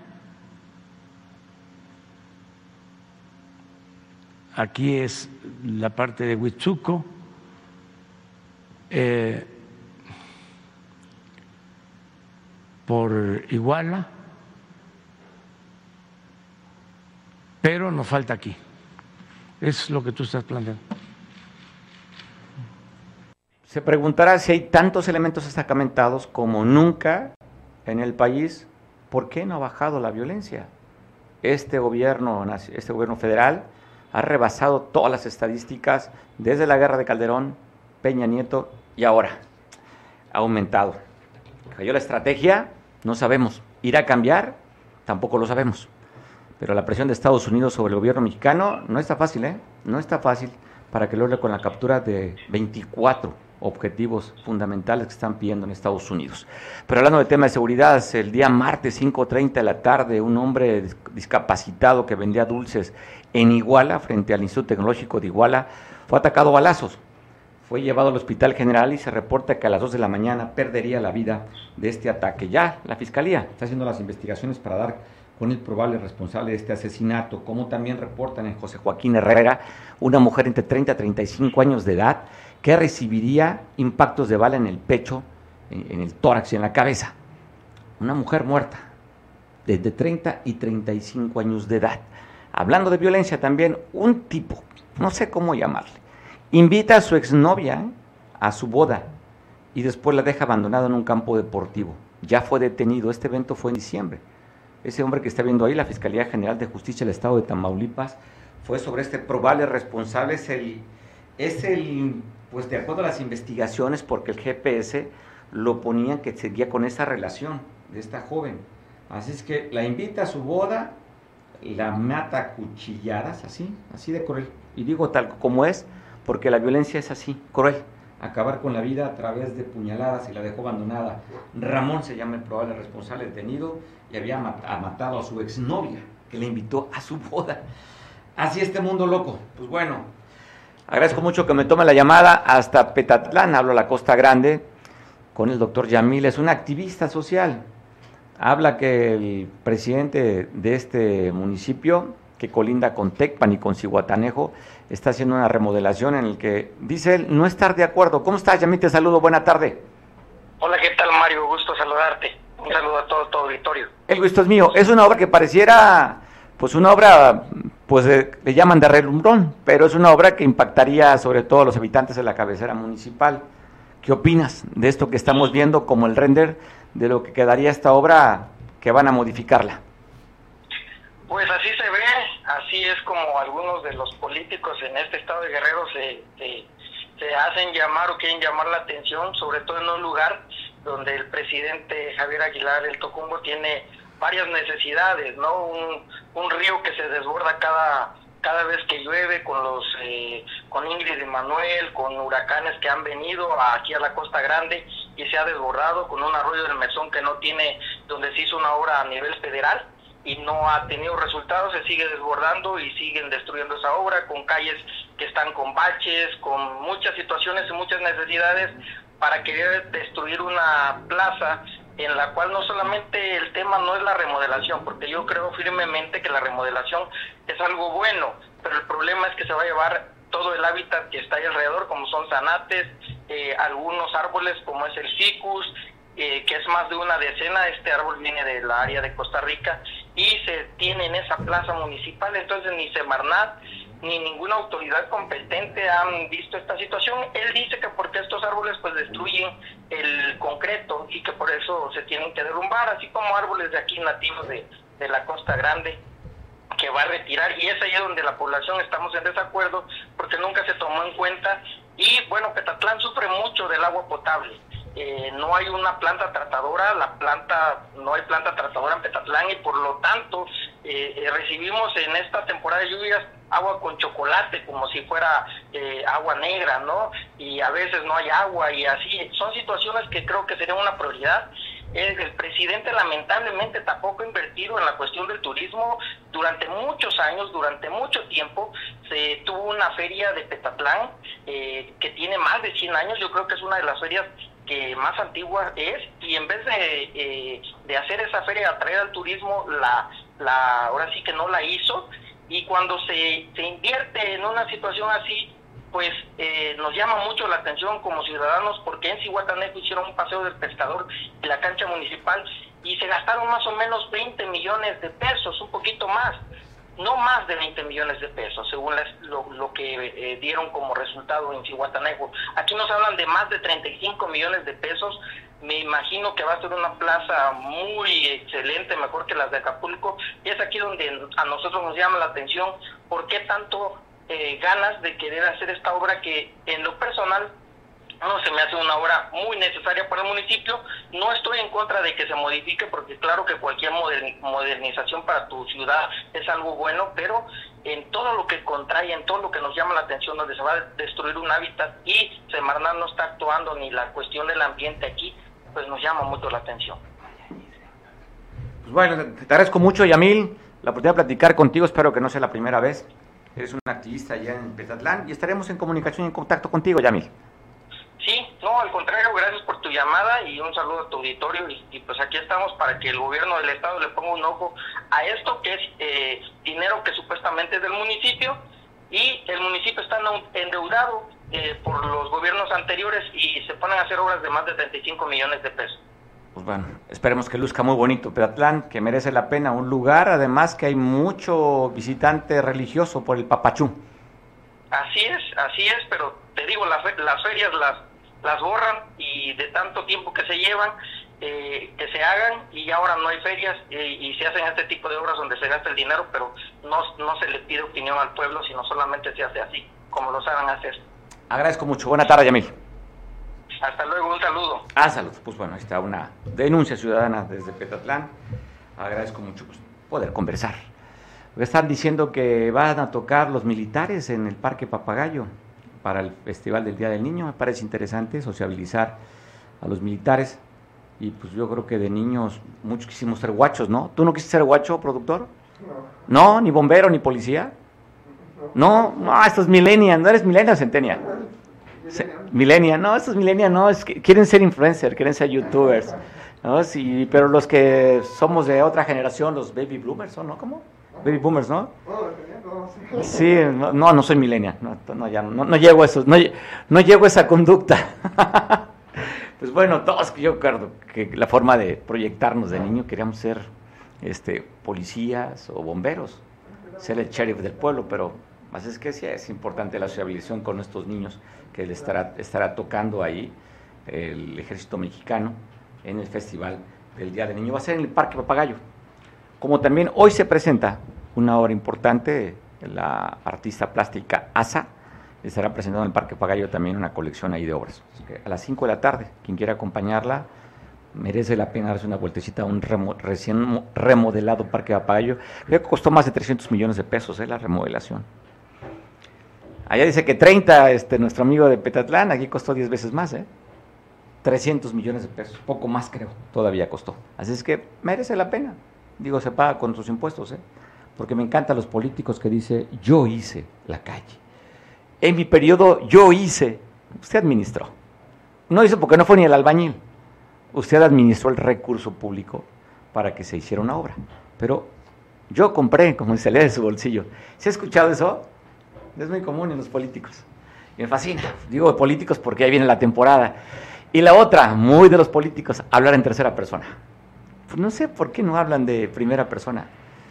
Aquí es la parte de Huitzuco, por Iguala, pero nos falta aquí. Es lo que tú estás planteando. Se preguntará si hay tantos elementos destacamentados como nunca en el país, ¿por qué no ha bajado la violencia? Este gobierno federal ha rebasado todas las estadísticas desde la guerra de Calderón, Peña Nieto y ahora. Ha aumentado. ¿Cayó la estrategia? No sabemos. ¿Irá a cambiar? Tampoco lo sabemos. Pero la presión de Estados Unidos sobre el gobierno mexicano no está fácil, No está fácil para que logre con la captura de 24 objetivos fundamentales que están pidiendo en Estados Unidos. Pero hablando de tema de seguridad, el día martes 5:30 de la tarde, un hombre discapacitado que vendía dulces en Iguala, frente al Instituto Tecnológico de Iguala, fue atacado a balazos. Fue llevado al Hospital General y se reporta que a las 2 de la mañana perdería la vida de este ataque. Ya la Fiscalía está haciendo las investigaciones para dar con el probable responsable de este asesinato, como también reportan en José Joaquín Herrera, una mujer entre 30 y 35 años de edad que recibiría impactos de bala en el pecho, en el tórax y en la cabeza. Una mujer muerta, desde 30 y 35 años de edad. Hablando de violencia también, un tipo, no sé cómo llamarle, invita a su exnovia a su boda y después la deja abandonada en un campo deportivo. Ya fue detenido, este evento fue en diciembre. Ese hombre que está viendo ahí, la Fiscalía General de Justicia del Estado de Tamaulipas, fue sobre este probable responsable, pues de acuerdo a las investigaciones, porque el GPS lo ponía que seguía con esa relación de esta joven. Así es que la invita a su boda, la mata a cuchilladas, así de cruel. Y digo tal como es, porque la violencia es así, cruel. Acabar con la vida a través de puñaladas y la dejó abandonada. Ramón se llama el probable responsable detenido y había matado a su exnovia, que le invitó a su boda. Así este mundo loco. Pues bueno, agradezco mucho que me tome la llamada hasta Petatlán, hablo a la Costa Grande, con el doctor Yamil, es un activista social. Habla que el presidente de este municipio, que colinda con Tecpan y con Zihuatanejo, está haciendo una remodelación en el que dice él no estar de acuerdo. ¿Cómo estás, Yamil? Te saludo, buena tarde. Hola, ¿qué tal, Mario? Gusto saludarte. Un saludo a todo tu auditorio. El gusto es mío. Es una obra que pareciera, pues una obra, pues le llaman de relumbrón, pero es una obra que impactaría sobre todo a los habitantes de la cabecera municipal. ¿Qué opinas de esto que estamos viendo como el render de lo que quedaría esta obra que van a modificarla? Pues así se ve, así es como algunos de los políticos en este estado de Guerrero se hacen llamar o quieren llamar la atención, sobre todo en un lugar donde el presidente Javier Aguilar, el Tocumbo, tiene varias necesidades, ¿no? Un río que se desborda cada vez que llueve, con Ingrid y Manuel, con huracanes que han venido aquí a la Costa Grande y se ha desbordado, con un arroyo del Mesón que no tiene, donde se hizo una obra a nivel federal y no ha tenido resultados, se sigue desbordando y siguen destruyendo esa obra, con calles que están con baches, con muchas situaciones y muchas necesidades para querer destruir una plaza en la cual no solamente el tema no es la remodelación, porque yo creo firmemente que la remodelación es algo bueno, pero el problema es que se va a llevar todo el hábitat que está ahí alrededor, como son zanates, algunos árboles como es el ficus, que es más de una decena. Este árbol viene de la área de Costa Rica y se tiene en esa plaza municipal, entonces ni Semarnat ni ninguna autoridad competente han visto esta situación. Él dice que porque estos árboles pues destruyen el concreto y que por eso se tienen que derrumbar, así como árboles de aquí nativos de la Costa Grande que va a retirar, y es ahí donde la población estamos en desacuerdo porque nunca se tomó en cuenta. Y bueno, Petatlán sufre mucho del agua potable. No hay una planta tratadora, no hay planta tratadora en Petatlán y por lo tanto recibimos en esta temporada de lluvias agua con chocolate como si fuera agua negra, ¿no? Y a veces no hay agua y así. Son situaciones que creo que sería una prioridad. El presidente lamentablemente tampoco ha invertido en la cuestión del turismo. Durante muchos años, durante mucho tiempo, se tuvo una feria de Petatlán que tiene más de 100 años. Yo creo que es una de las ferias que más antigua es, y en vez de hacer esa feria, atraer al turismo, ahora sí que no la hizo. Y cuando se invierte en una situación así, pues nos llama mucho la atención como ciudadanos, porque en Zihuatanejo hicieron un paseo del pescador en la cancha municipal y se gastaron más o menos 20 millones de pesos, un poquito más, no más de 20 millones de pesos, según lo que dieron como resultado en Zihuatanejo. Aquí nos hablan de más de 35 millones de pesos. Me imagino que va a ser una plaza muy excelente, mejor que las de Acapulco, y es aquí donde a nosotros nos llama la atención, por qué tanto ganas de querer hacer esta obra que en lo personal no se me hace una obra muy necesaria para el municipio. No estoy en contra de que se modifique, porque claro que cualquier modernización para tu ciudad es algo bueno, pero en todo lo que contrae, en todo lo que nos llama la atención, donde se va a destruir un hábitat y Semarnat no está actuando, ni la cuestión del ambiente aquí, pues nos llama mucho la atención. Pues bueno, te agradezco mucho, Yamil, la oportunidad de platicar contigo. Espero que no sea la primera vez. Eres un activista allá en Petatlán y estaremos en comunicación y en contacto contigo, Yamil. Sí, no, al contrario, gracias por tu llamada y un saludo a tu auditorio, y pues aquí estamos para que el gobierno del estado le ponga un ojo a esto, que es dinero que supuestamente es del municipio, y el municipio está endeudado por los gobiernos anteriores y se ponen a hacer obras de más de 35 millones de pesos. Pues bueno, esperemos que luzca muy bonito Petatlán, que merece la pena, un lugar además que hay mucho visitante religioso por el Papachú. Así es, pero te digo, las ferias las borran, y de tanto tiempo que se llevan, que se hagan, y ahora no hay ferias, y se hacen este tipo de obras donde se gasta el dinero, pero no se le pide opinión al pueblo, sino solamente se hace así, como lo saben hacer. Agradezco mucho. Buena tarde, Yamil. Hasta luego, un saludo. Salud. Pues bueno, ahí está una denuncia ciudadana desde Petatlán. Agradezco mucho poder conversar. Están diciendo que van a tocar los militares en el Parque Papagayo para el Festival del Día del Niño. Me parece interesante sociabilizar a los militares, y pues yo creo que de niños muchos quisimos ser guachos, ¿no? ¿Tú no quisiste ser guacho, productor? No, ni bombero, ni policía. No, esto es millennial. ¿No eres millennial o centennial? Millennial, no, estos millennial no, es que quieren ser influencers, quieren ser youtubers, ¿no? Sí, pero los que somos de otra generación, los baby boomers, ¿no? ¿Cómo? Baby boomers, ¿no? Sí, no soy millennial, no llego a eso, no llego a esa conducta. Pues bueno, todos, yo creo que la forma de proyectarnos de niño queríamos ser policías o bomberos, ser el sheriff del pueblo, pero más es que sí es importante la socialización con estos niños, que le estará tocando ahí el ejército mexicano en el Festival del Día del Niño. Va a ser en el Parque Papagayo. Como también hoy se presenta una obra importante, la artista plástica Asa estará presentando en el Parque Papagayo también una colección ahí de obras. Así que a las 5 de la tarde, quien quiera acompañarla, merece la pena darse una vueltecita a un recién remodelado Parque Papagayo. Creo que costó más de 300 millones de pesos la remodelación. Allá dice que 30, nuestro amigo de Petatlán, aquí costó 10 veces más, 300 millones de pesos, poco más creo, todavía costó. Así es que merece la pena, digo, se paga con sus impuestos, porque me encantan los políticos que dicen, yo hice la calle, en mi periodo yo hice, usted administró, no hizo porque no fue ni el albañil, usted administró el recurso público para que se hiciera una obra, pero yo compré, como se lee de su bolsillo. ¿Se ha escuchado eso? Es muy común en los políticos. Y me fascina. Digo de políticos porque ahí viene la temporada. Y la otra, muy de los políticos, hablar en tercera persona. Pues no sé por qué no hablan de primera persona.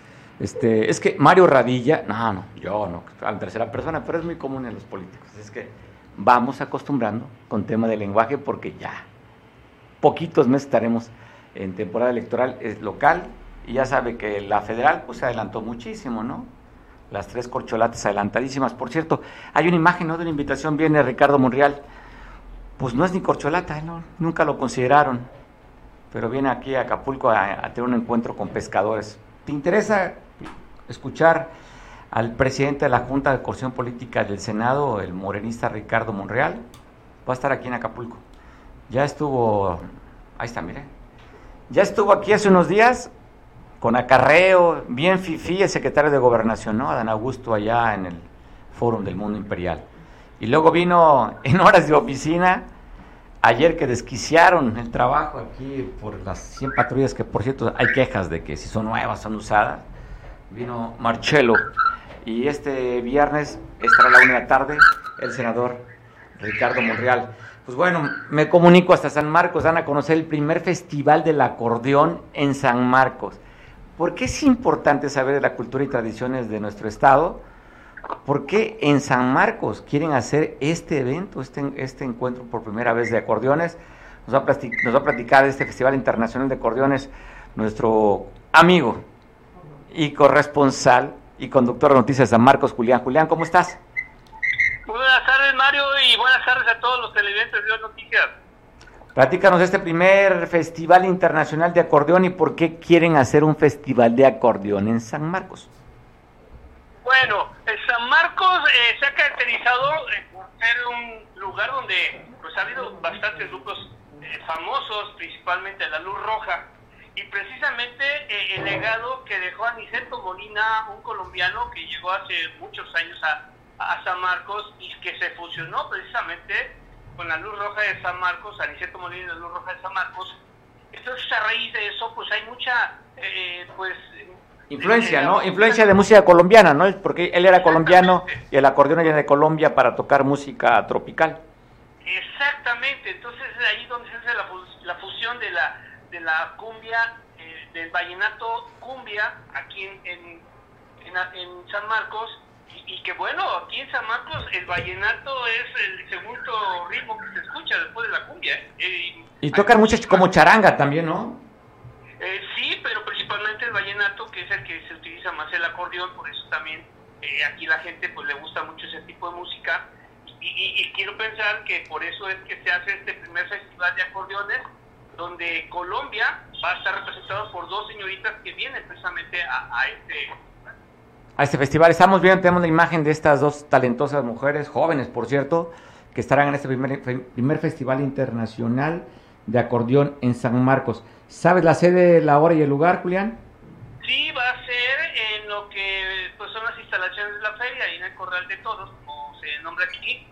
Es que Mario Radilla, yo no, en tercera persona, pero es muy común en los políticos. Es que vamos acostumbrando con tema de lenguaje, porque ya poquitos meses estaremos en temporada electoral local, y ya sabe que la federal pues se adelantó muchísimo, ¿no? Las 3 corcholatas adelantadísimas. Por cierto, hay una imagen, ¿no?, de una invitación, viene Ricardo Monreal. Pues no es ni corcholata, ¿no? Nunca lo consideraron, pero viene aquí a Acapulco a tener un encuentro con pescadores. ¿Te interesa escuchar al presidente de la Junta de Coordinación Política del Senado, el morenista Ricardo Monreal? Va a estar aquí en Acapulco. Ya estuvo, ahí está, mire. Ya estuvo aquí hace unos días con acarreo, bien fifí, el secretario de Gobernación, ¿no?, Adán Augusto, allá en el Fórum del Mundo Imperial. Y luego vino en horas de oficina, ayer que desquiciaron el trabajo aquí por las 100 patrullas, que por cierto hay quejas de que si son nuevas, son usadas. Vino Marcelo, y este viernes estará a la 1 de la tarde el senador Ricardo Monreal. Pues bueno, me comunico hasta San Marcos, dan a conocer el primer festival del acordeón en San Marcos. ¿Por qué es importante saber de la cultura y tradiciones de nuestro estado? ¿Por qué en San Marcos quieren hacer este evento, este encuentro por primera vez de acordeones? Nos va a platicar de este Festival Internacional de Acordeones nuestro amigo y corresponsal y conductor de Noticias de San Marcos, Julián. Julián, ¿cómo estás? Muy buenas tardes, Mario, y buenas tardes a todos los televidentes de Hoy Noticias. Platícanos de este primer Festival Internacional de Acordeón y por qué quieren hacer un festival de acordeón en San Marcos. Bueno, San Marcos se ha caracterizado por ser un lugar donde pues ha habido bastantes grupos famosos, principalmente la Luz Roja, y precisamente el legado que dejó Aniceto Molina, un colombiano que llegó hace muchos años a San Marcos y que se fusionó precisamente con la Luz Roja de San Marcos, Aniceto Molina y la Luz Roja de San Marcos. Entonces, a raíz de eso, pues hay mucha, influencia, ¿no? Influencia de música colombiana, ¿no? Porque él era colombiano y el acordeón era de Colombia para tocar música tropical. Exactamente, entonces es ahí donde se hace la fusión de la cumbia, del vallenato cumbia, aquí en San Marcos, y que bueno, aquí en San Marcos el vallenato es el segundo ritmo que se escucha después de la cumbia. Y tocan muchas como charanga también, ¿no? Sí, pero principalmente el vallenato, que es el que se utiliza más el acordeón, por eso también aquí la gente pues le gusta mucho ese tipo de música, y quiero pensar que por eso es que se hace este primer festival de acordeones, donde Colombia va a estar representado por dos señoritas que vienen precisamente a este festival. Estamos viendo, tenemos la imagen de estas dos talentosas mujeres, jóvenes por cierto, que estarán en este primer festival internacional de acordeón en San Marcos. ¿Sabes la sede, la hora y el lugar, Julián? Sí, va a ser en lo que pues son las instalaciones de la feria, ahí en el Corral de Toros, como se nombra aquí.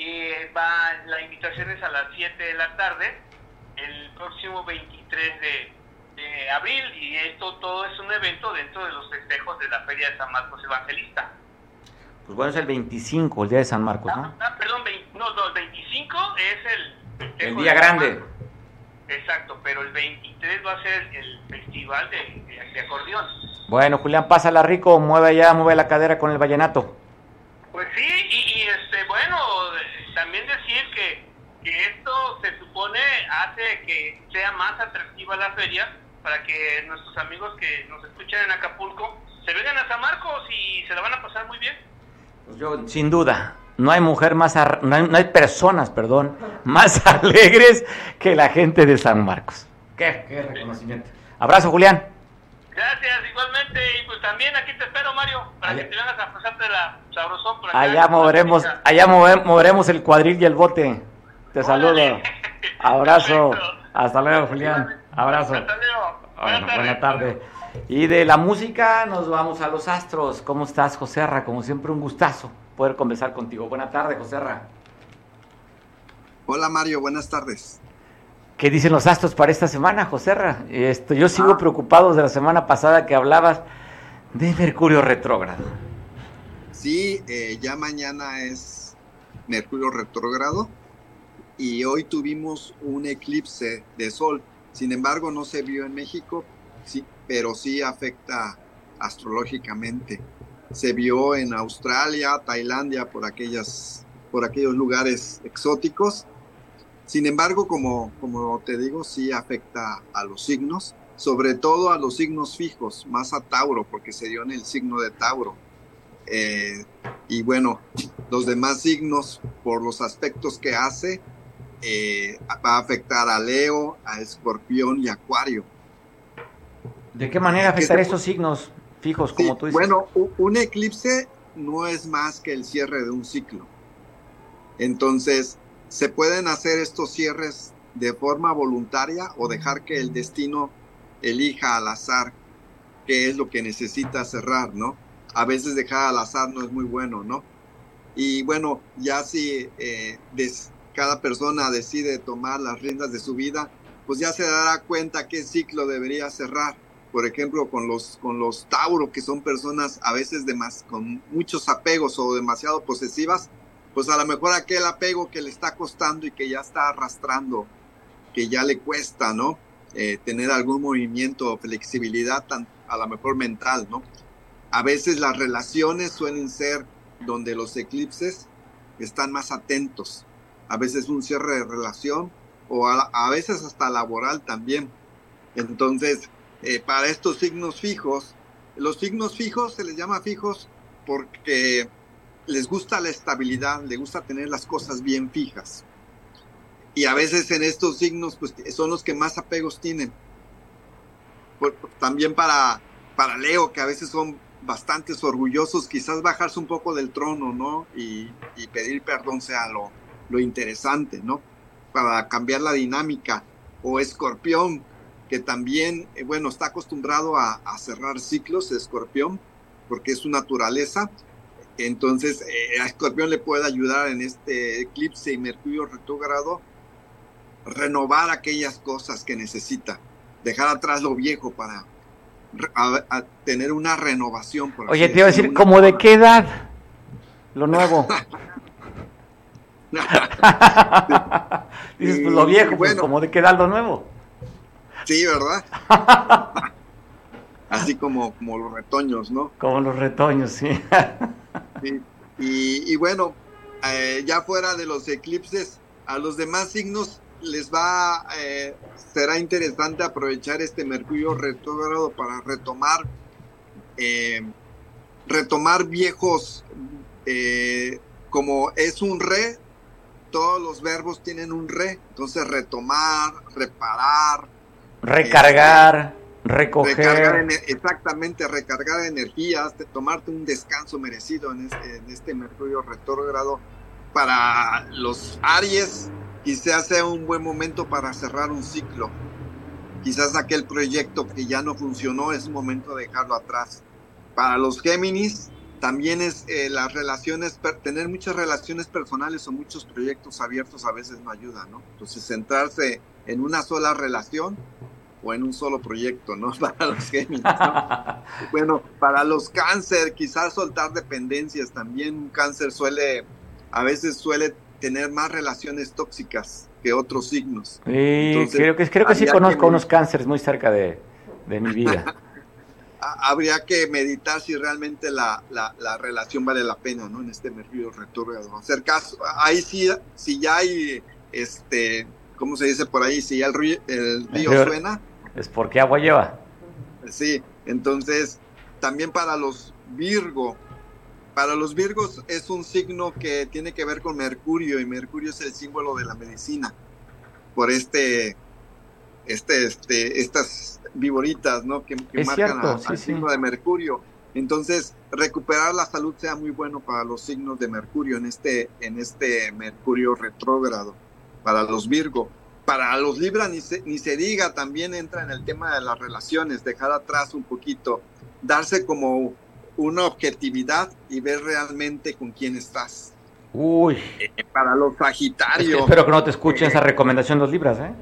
La invitación es a las 7 de la tarde, el próximo 23 de abril, y todo es un evento dentro de los festejos de la Feria de San Marcos Evangelista. Pues bueno, es el 25, el día de San Marcos, ¿no? Perdón, el 25 es el día grande. Exacto, pero el 23 va a ser el festival de acordeón. Bueno, Julián, pásala rico, mueve la cadera con el vallenato. Pues sí, y bueno, también decir que esto se supone hace que sea más atractiva la feria, para que nuestros amigos que nos escuchan en Acapulco se vengan a San Marcos y se la van a pasar muy bien. Pues yo, sin duda, no hay personas más alegres que la gente de San Marcos. Qué reconocimiento. Abrazo, Julián. Gracias, igualmente, y pues también aquí te espero, Mario, para que te vengas a pasarte la sabrosón por acá. Allá moveremos el cuadril y el bote. Te saludo. Abrazo. Hasta luego, Julián. Abrazo. Hasta luego. Buenas tardes. Y de la música nos vamos a los astros. ¿Cómo estás, Joserra? Como siempre, un gustazo poder conversar contigo. Buenas tardes, Joserra. Hola, Mario. Buenas tardes. ¿Qué dicen los astros para esta semana, Joserra? Yo sigo preocupado de la semana pasada que hablabas de Mercurio retrógrado. Sí, ya mañana es Mercurio retrógrado y hoy tuvimos un eclipse de sol. Sin embargo, no se vio en México, sí, pero sí afecta astrológicamente. Se vio en Australia, Tailandia, por aquellos lugares exóticos. Sin embargo, como te digo, sí afecta a los signos, sobre todo a los signos fijos, más a Tauro, porque se dio en el signo de Tauro. Y bueno, los demás signos, por los aspectos que hace, va a afectar a Leo, a Escorpión y Acuario. ¿De qué manera afectar estos signos fijos, como tú dices? Bueno, un eclipse no es más que el cierre de un ciclo. Entonces, se pueden hacer estos cierres de forma voluntaria o dejar que el destino elija al azar qué es lo que necesita cerrar, ¿no? A veces dejar al azar no es muy bueno, ¿no? Y bueno, ya si cada persona decide tomar las riendas de su vida, pues ya se dará cuenta qué ciclo debería cerrar. Por ejemplo, con los Tauro, que son personas a veces con muchos apegos o demasiado posesivas, pues a lo mejor aquel apego que le está costando y que ya está arrastrando, que ya le cuesta, ¿no? Tener algún movimiento o flexibilidad, a lo mejor mental, ¿no? A veces las relaciones suelen ser donde los eclipses están más atentos. A veces un cierre de relación o a veces hasta laboral también. Entonces, para estos signos fijos, los signos fijos se les llama fijos porque les gusta la estabilidad, les gusta tener las cosas bien fijas. Y a veces en estos signos pues son los que más apegos tienen. También para Leo, que a veces son bastante orgullosos, quizás bajarse un poco del trono, ¿no? Y pedir perdón sea lo interesante, ¿no? Para cambiar la dinámica. O Escorpión, que también, bueno, está acostumbrado a cerrar ciclos, Escorpión, porque es su naturaleza. Entonces, a Escorpión le puede ayudar en este eclipse y Mercurio retrógrado, renovar aquellas cosas que necesita, dejar atrás lo viejo para a tener una renovación. Oye, te iba a decir, ¿como de qué edad? Lo nuevo. Dices, pues lo viejo, pues bueno, ¿como de qué edad lo nuevo? Sí, ¿verdad? Así como los retoños, ¿no? Como los retoños, sí. Sí. Y bueno, ya fuera de los eclipses, a los demás signos les será interesante aprovechar este Mercurio retrógrado para retomar viejos, como es un re, todos los verbos tienen un re, entonces retomar, reparar, recargar, recoger. Exactamente, recargar energías, tomarte un descanso merecido en este Mercurio retrógrado. Para los Aries, quizás sea un buen momento para cerrar un ciclo. Quizás aquel proyecto que ya no funcionó es un momento de dejarlo atrás. Para los Géminis, también es las relaciones, tener muchas relaciones personales o muchos proyectos abiertos a veces no ayuda, ¿no? Entonces, centrarse en una sola relación o en un solo proyecto, ¿no? Para los Géminis, ¿no? Bueno, para los Cáncer, quizás soltar dependencias también. Un Cáncer a veces suele tener más relaciones tóxicas que otros signos. Sí, entonces, creo que sí conozco unos Cánceres muy cerca de mi vida. Habría que meditar si realmente la relación vale la pena, ¿no? En este Mercurio retrógrado. Hacer caso. Ahí sí, si ya hay, ¿cómo se dice por ahí? Si ya el río suena. Es porque agua lleva. Sí, entonces, también para los Virgo. Para los Virgos es un signo que tiene que ver con Mercurio, y Mercurio es el símbolo de la medicina. Por estas viboritas, ¿no? Que marcan al signo de Mercurio. Entonces, recuperar la salud sea muy bueno para los signos de Mercurio en este Mercurio retrógrado. Para los Virgo. Para los Libra ni se diga, también entra en el tema de las relaciones, dejar atrás un poquito, darse como una objetividad y ver realmente con quién estás. Uy. Para los Sagitarios. Espero que no te escuchen esa recomendación los Libras, ¿eh?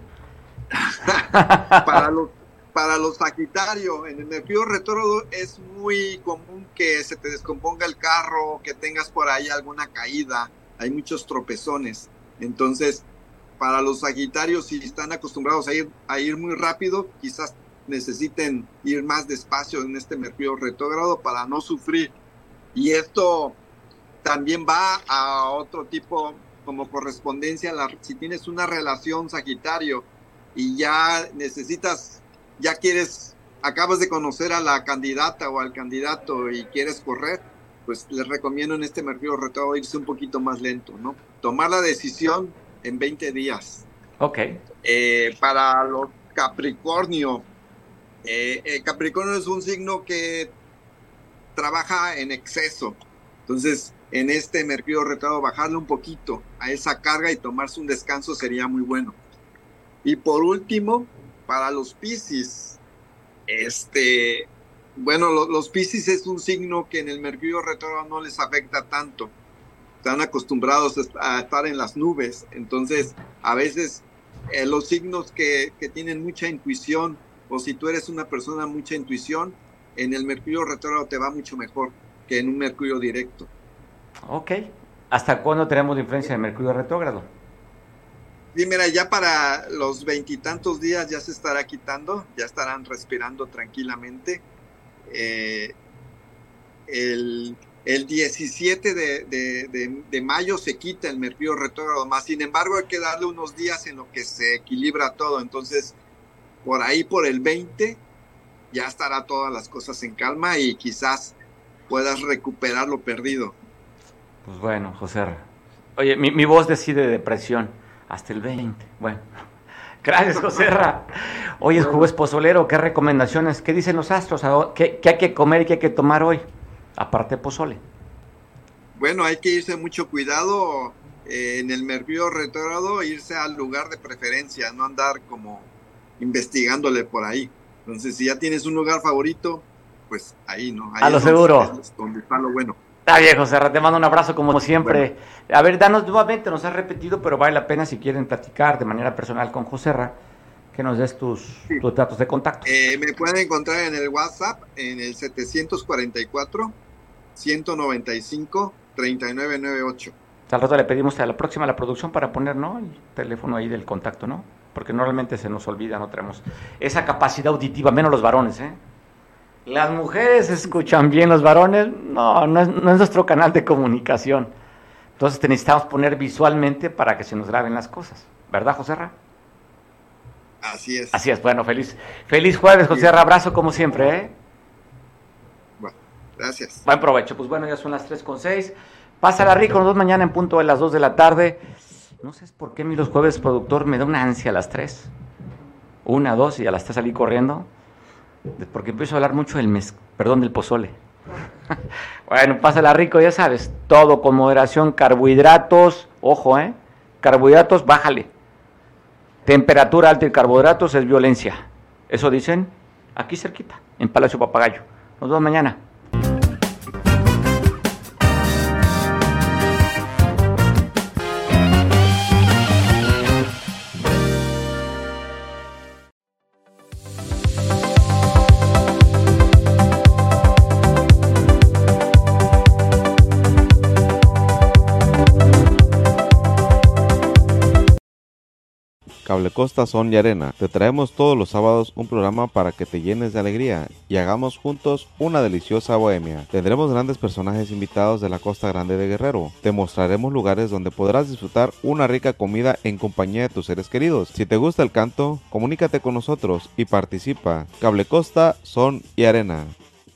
Para los Sagitarios, en el Mercurio retrógrado es muy común que se te descomponga el carro, que tengas por ahí alguna caída, hay muchos tropezones. Entonces, para los Sagitarios, si están acostumbrados a ir muy rápido, quizás necesiten ir más despacio en este Mercurio retrógrado para no sufrir. Y esto también va a otro tipo, como correspondencia, si tienes una relación Sagitario y acabas de conocer a la candidata o al candidato y quieres correr, pues les recomiendo en este Mercurio retrógrado irse un poquito más lento, ¿no? Tomar la decisión en 20 días. Ok. Para los Capricornio, Capricornio es un signo que trabaja en exceso. Entonces, en este Mercurio retrógrado, bajarle un poquito a esa carga y tomarse un descanso sería muy bueno. Y por último, para los Piscis, los Piscis es un signo que en el Mercurio retrógrado no les afecta tanto. Están acostumbrados a estar en las nubes. Entonces, a veces los signos que tienen mucha intuición, o si tú eres una persona mucha intuición, en el Mercurio retrógrado te va mucho mejor que en un Mercurio directo. Ok. ¿Hasta cuándo tenemos la influencia del Mercurio retrógrado? Sí, mira, ya para los 20 y tantos días ya se estará quitando, ya estarán respirando tranquilamente. El 17 de mayo se quita el Mercurio retrógrado más. Sin embargo, hay que darle unos días en lo que se equilibra todo. Entonces, por ahí, por el 20, ya estará todas las cosas en calma y quizás puedas recuperar lo perdido. Pues bueno, José. Oye, mi voz decide depresión hasta el 20. Bueno, gracias, José. Oye, jueves pozolero, ¿qué recomendaciones? ¿Qué dicen los astros? ¿Qué hay que comer y qué hay que tomar hoy? Aparte de pozole. Bueno, hay que irse mucho cuidado en el Mercurio retrógrado, irse al lugar de preferencia, no andar como investigándole por ahí. Entonces, si ya tienes un lugar favorito, pues ahí, ¿no? Ahí a lo seguro. Es donde está lo bueno. Está bien, José, te mando un abrazo como siempre. Bueno. A ver, danos nuevamente, nos has repetido, pero vale la pena si quieren platicar de manera personal con José que nos des tus datos de contacto. Me pueden encontrar en el WhatsApp, en el 744-195-3998. Al rato le pedimos a la próxima la producción para poner, ¿no? El teléfono ahí del contacto, ¿no? Porque normalmente se nos olvida, no tenemos esa capacidad auditiva, menos los varones, ¿eh? Las mujeres escuchan bien, los varones no es nuestro canal de comunicación. Entonces te necesitamos poner visualmente para que se nos graben las cosas, ¿verdad, José Así es. Así es, bueno, feliz jueves, José abrazo como siempre, ¿eh? Bueno, gracias. Buen provecho, pues bueno, ya son las 3:06. Pásala rico, nos vemos mañana en punto de las 2 de la tarde. No sé por qué a mí los jueves, productor, me da una ansia a las 3. 1, 2 y a las 3 salí corriendo. Porque empiezo a hablar mucho del pozole. Bueno, pásala rico, ya sabes, todo con moderación, carbohidratos, ojo, carbohidratos, bájale. Temperatura alta y carbohidratos es violencia. Eso dicen aquí cerquita, en Palacio Papagayo. Nos vemos mañana. Cable Costa Son y Arena. Te traemos todos los sábados un programa para que te llenes de alegría y hagamos juntos una deliciosa bohemia. Tendremos grandes personajes invitados de la Costa Grande de Guerrero. Te mostraremos lugares donde podrás disfrutar una rica comida en compañía de tus seres queridos. Si te gusta el canto, comunícate con nosotros y participa. Cable Costa Son y Arena.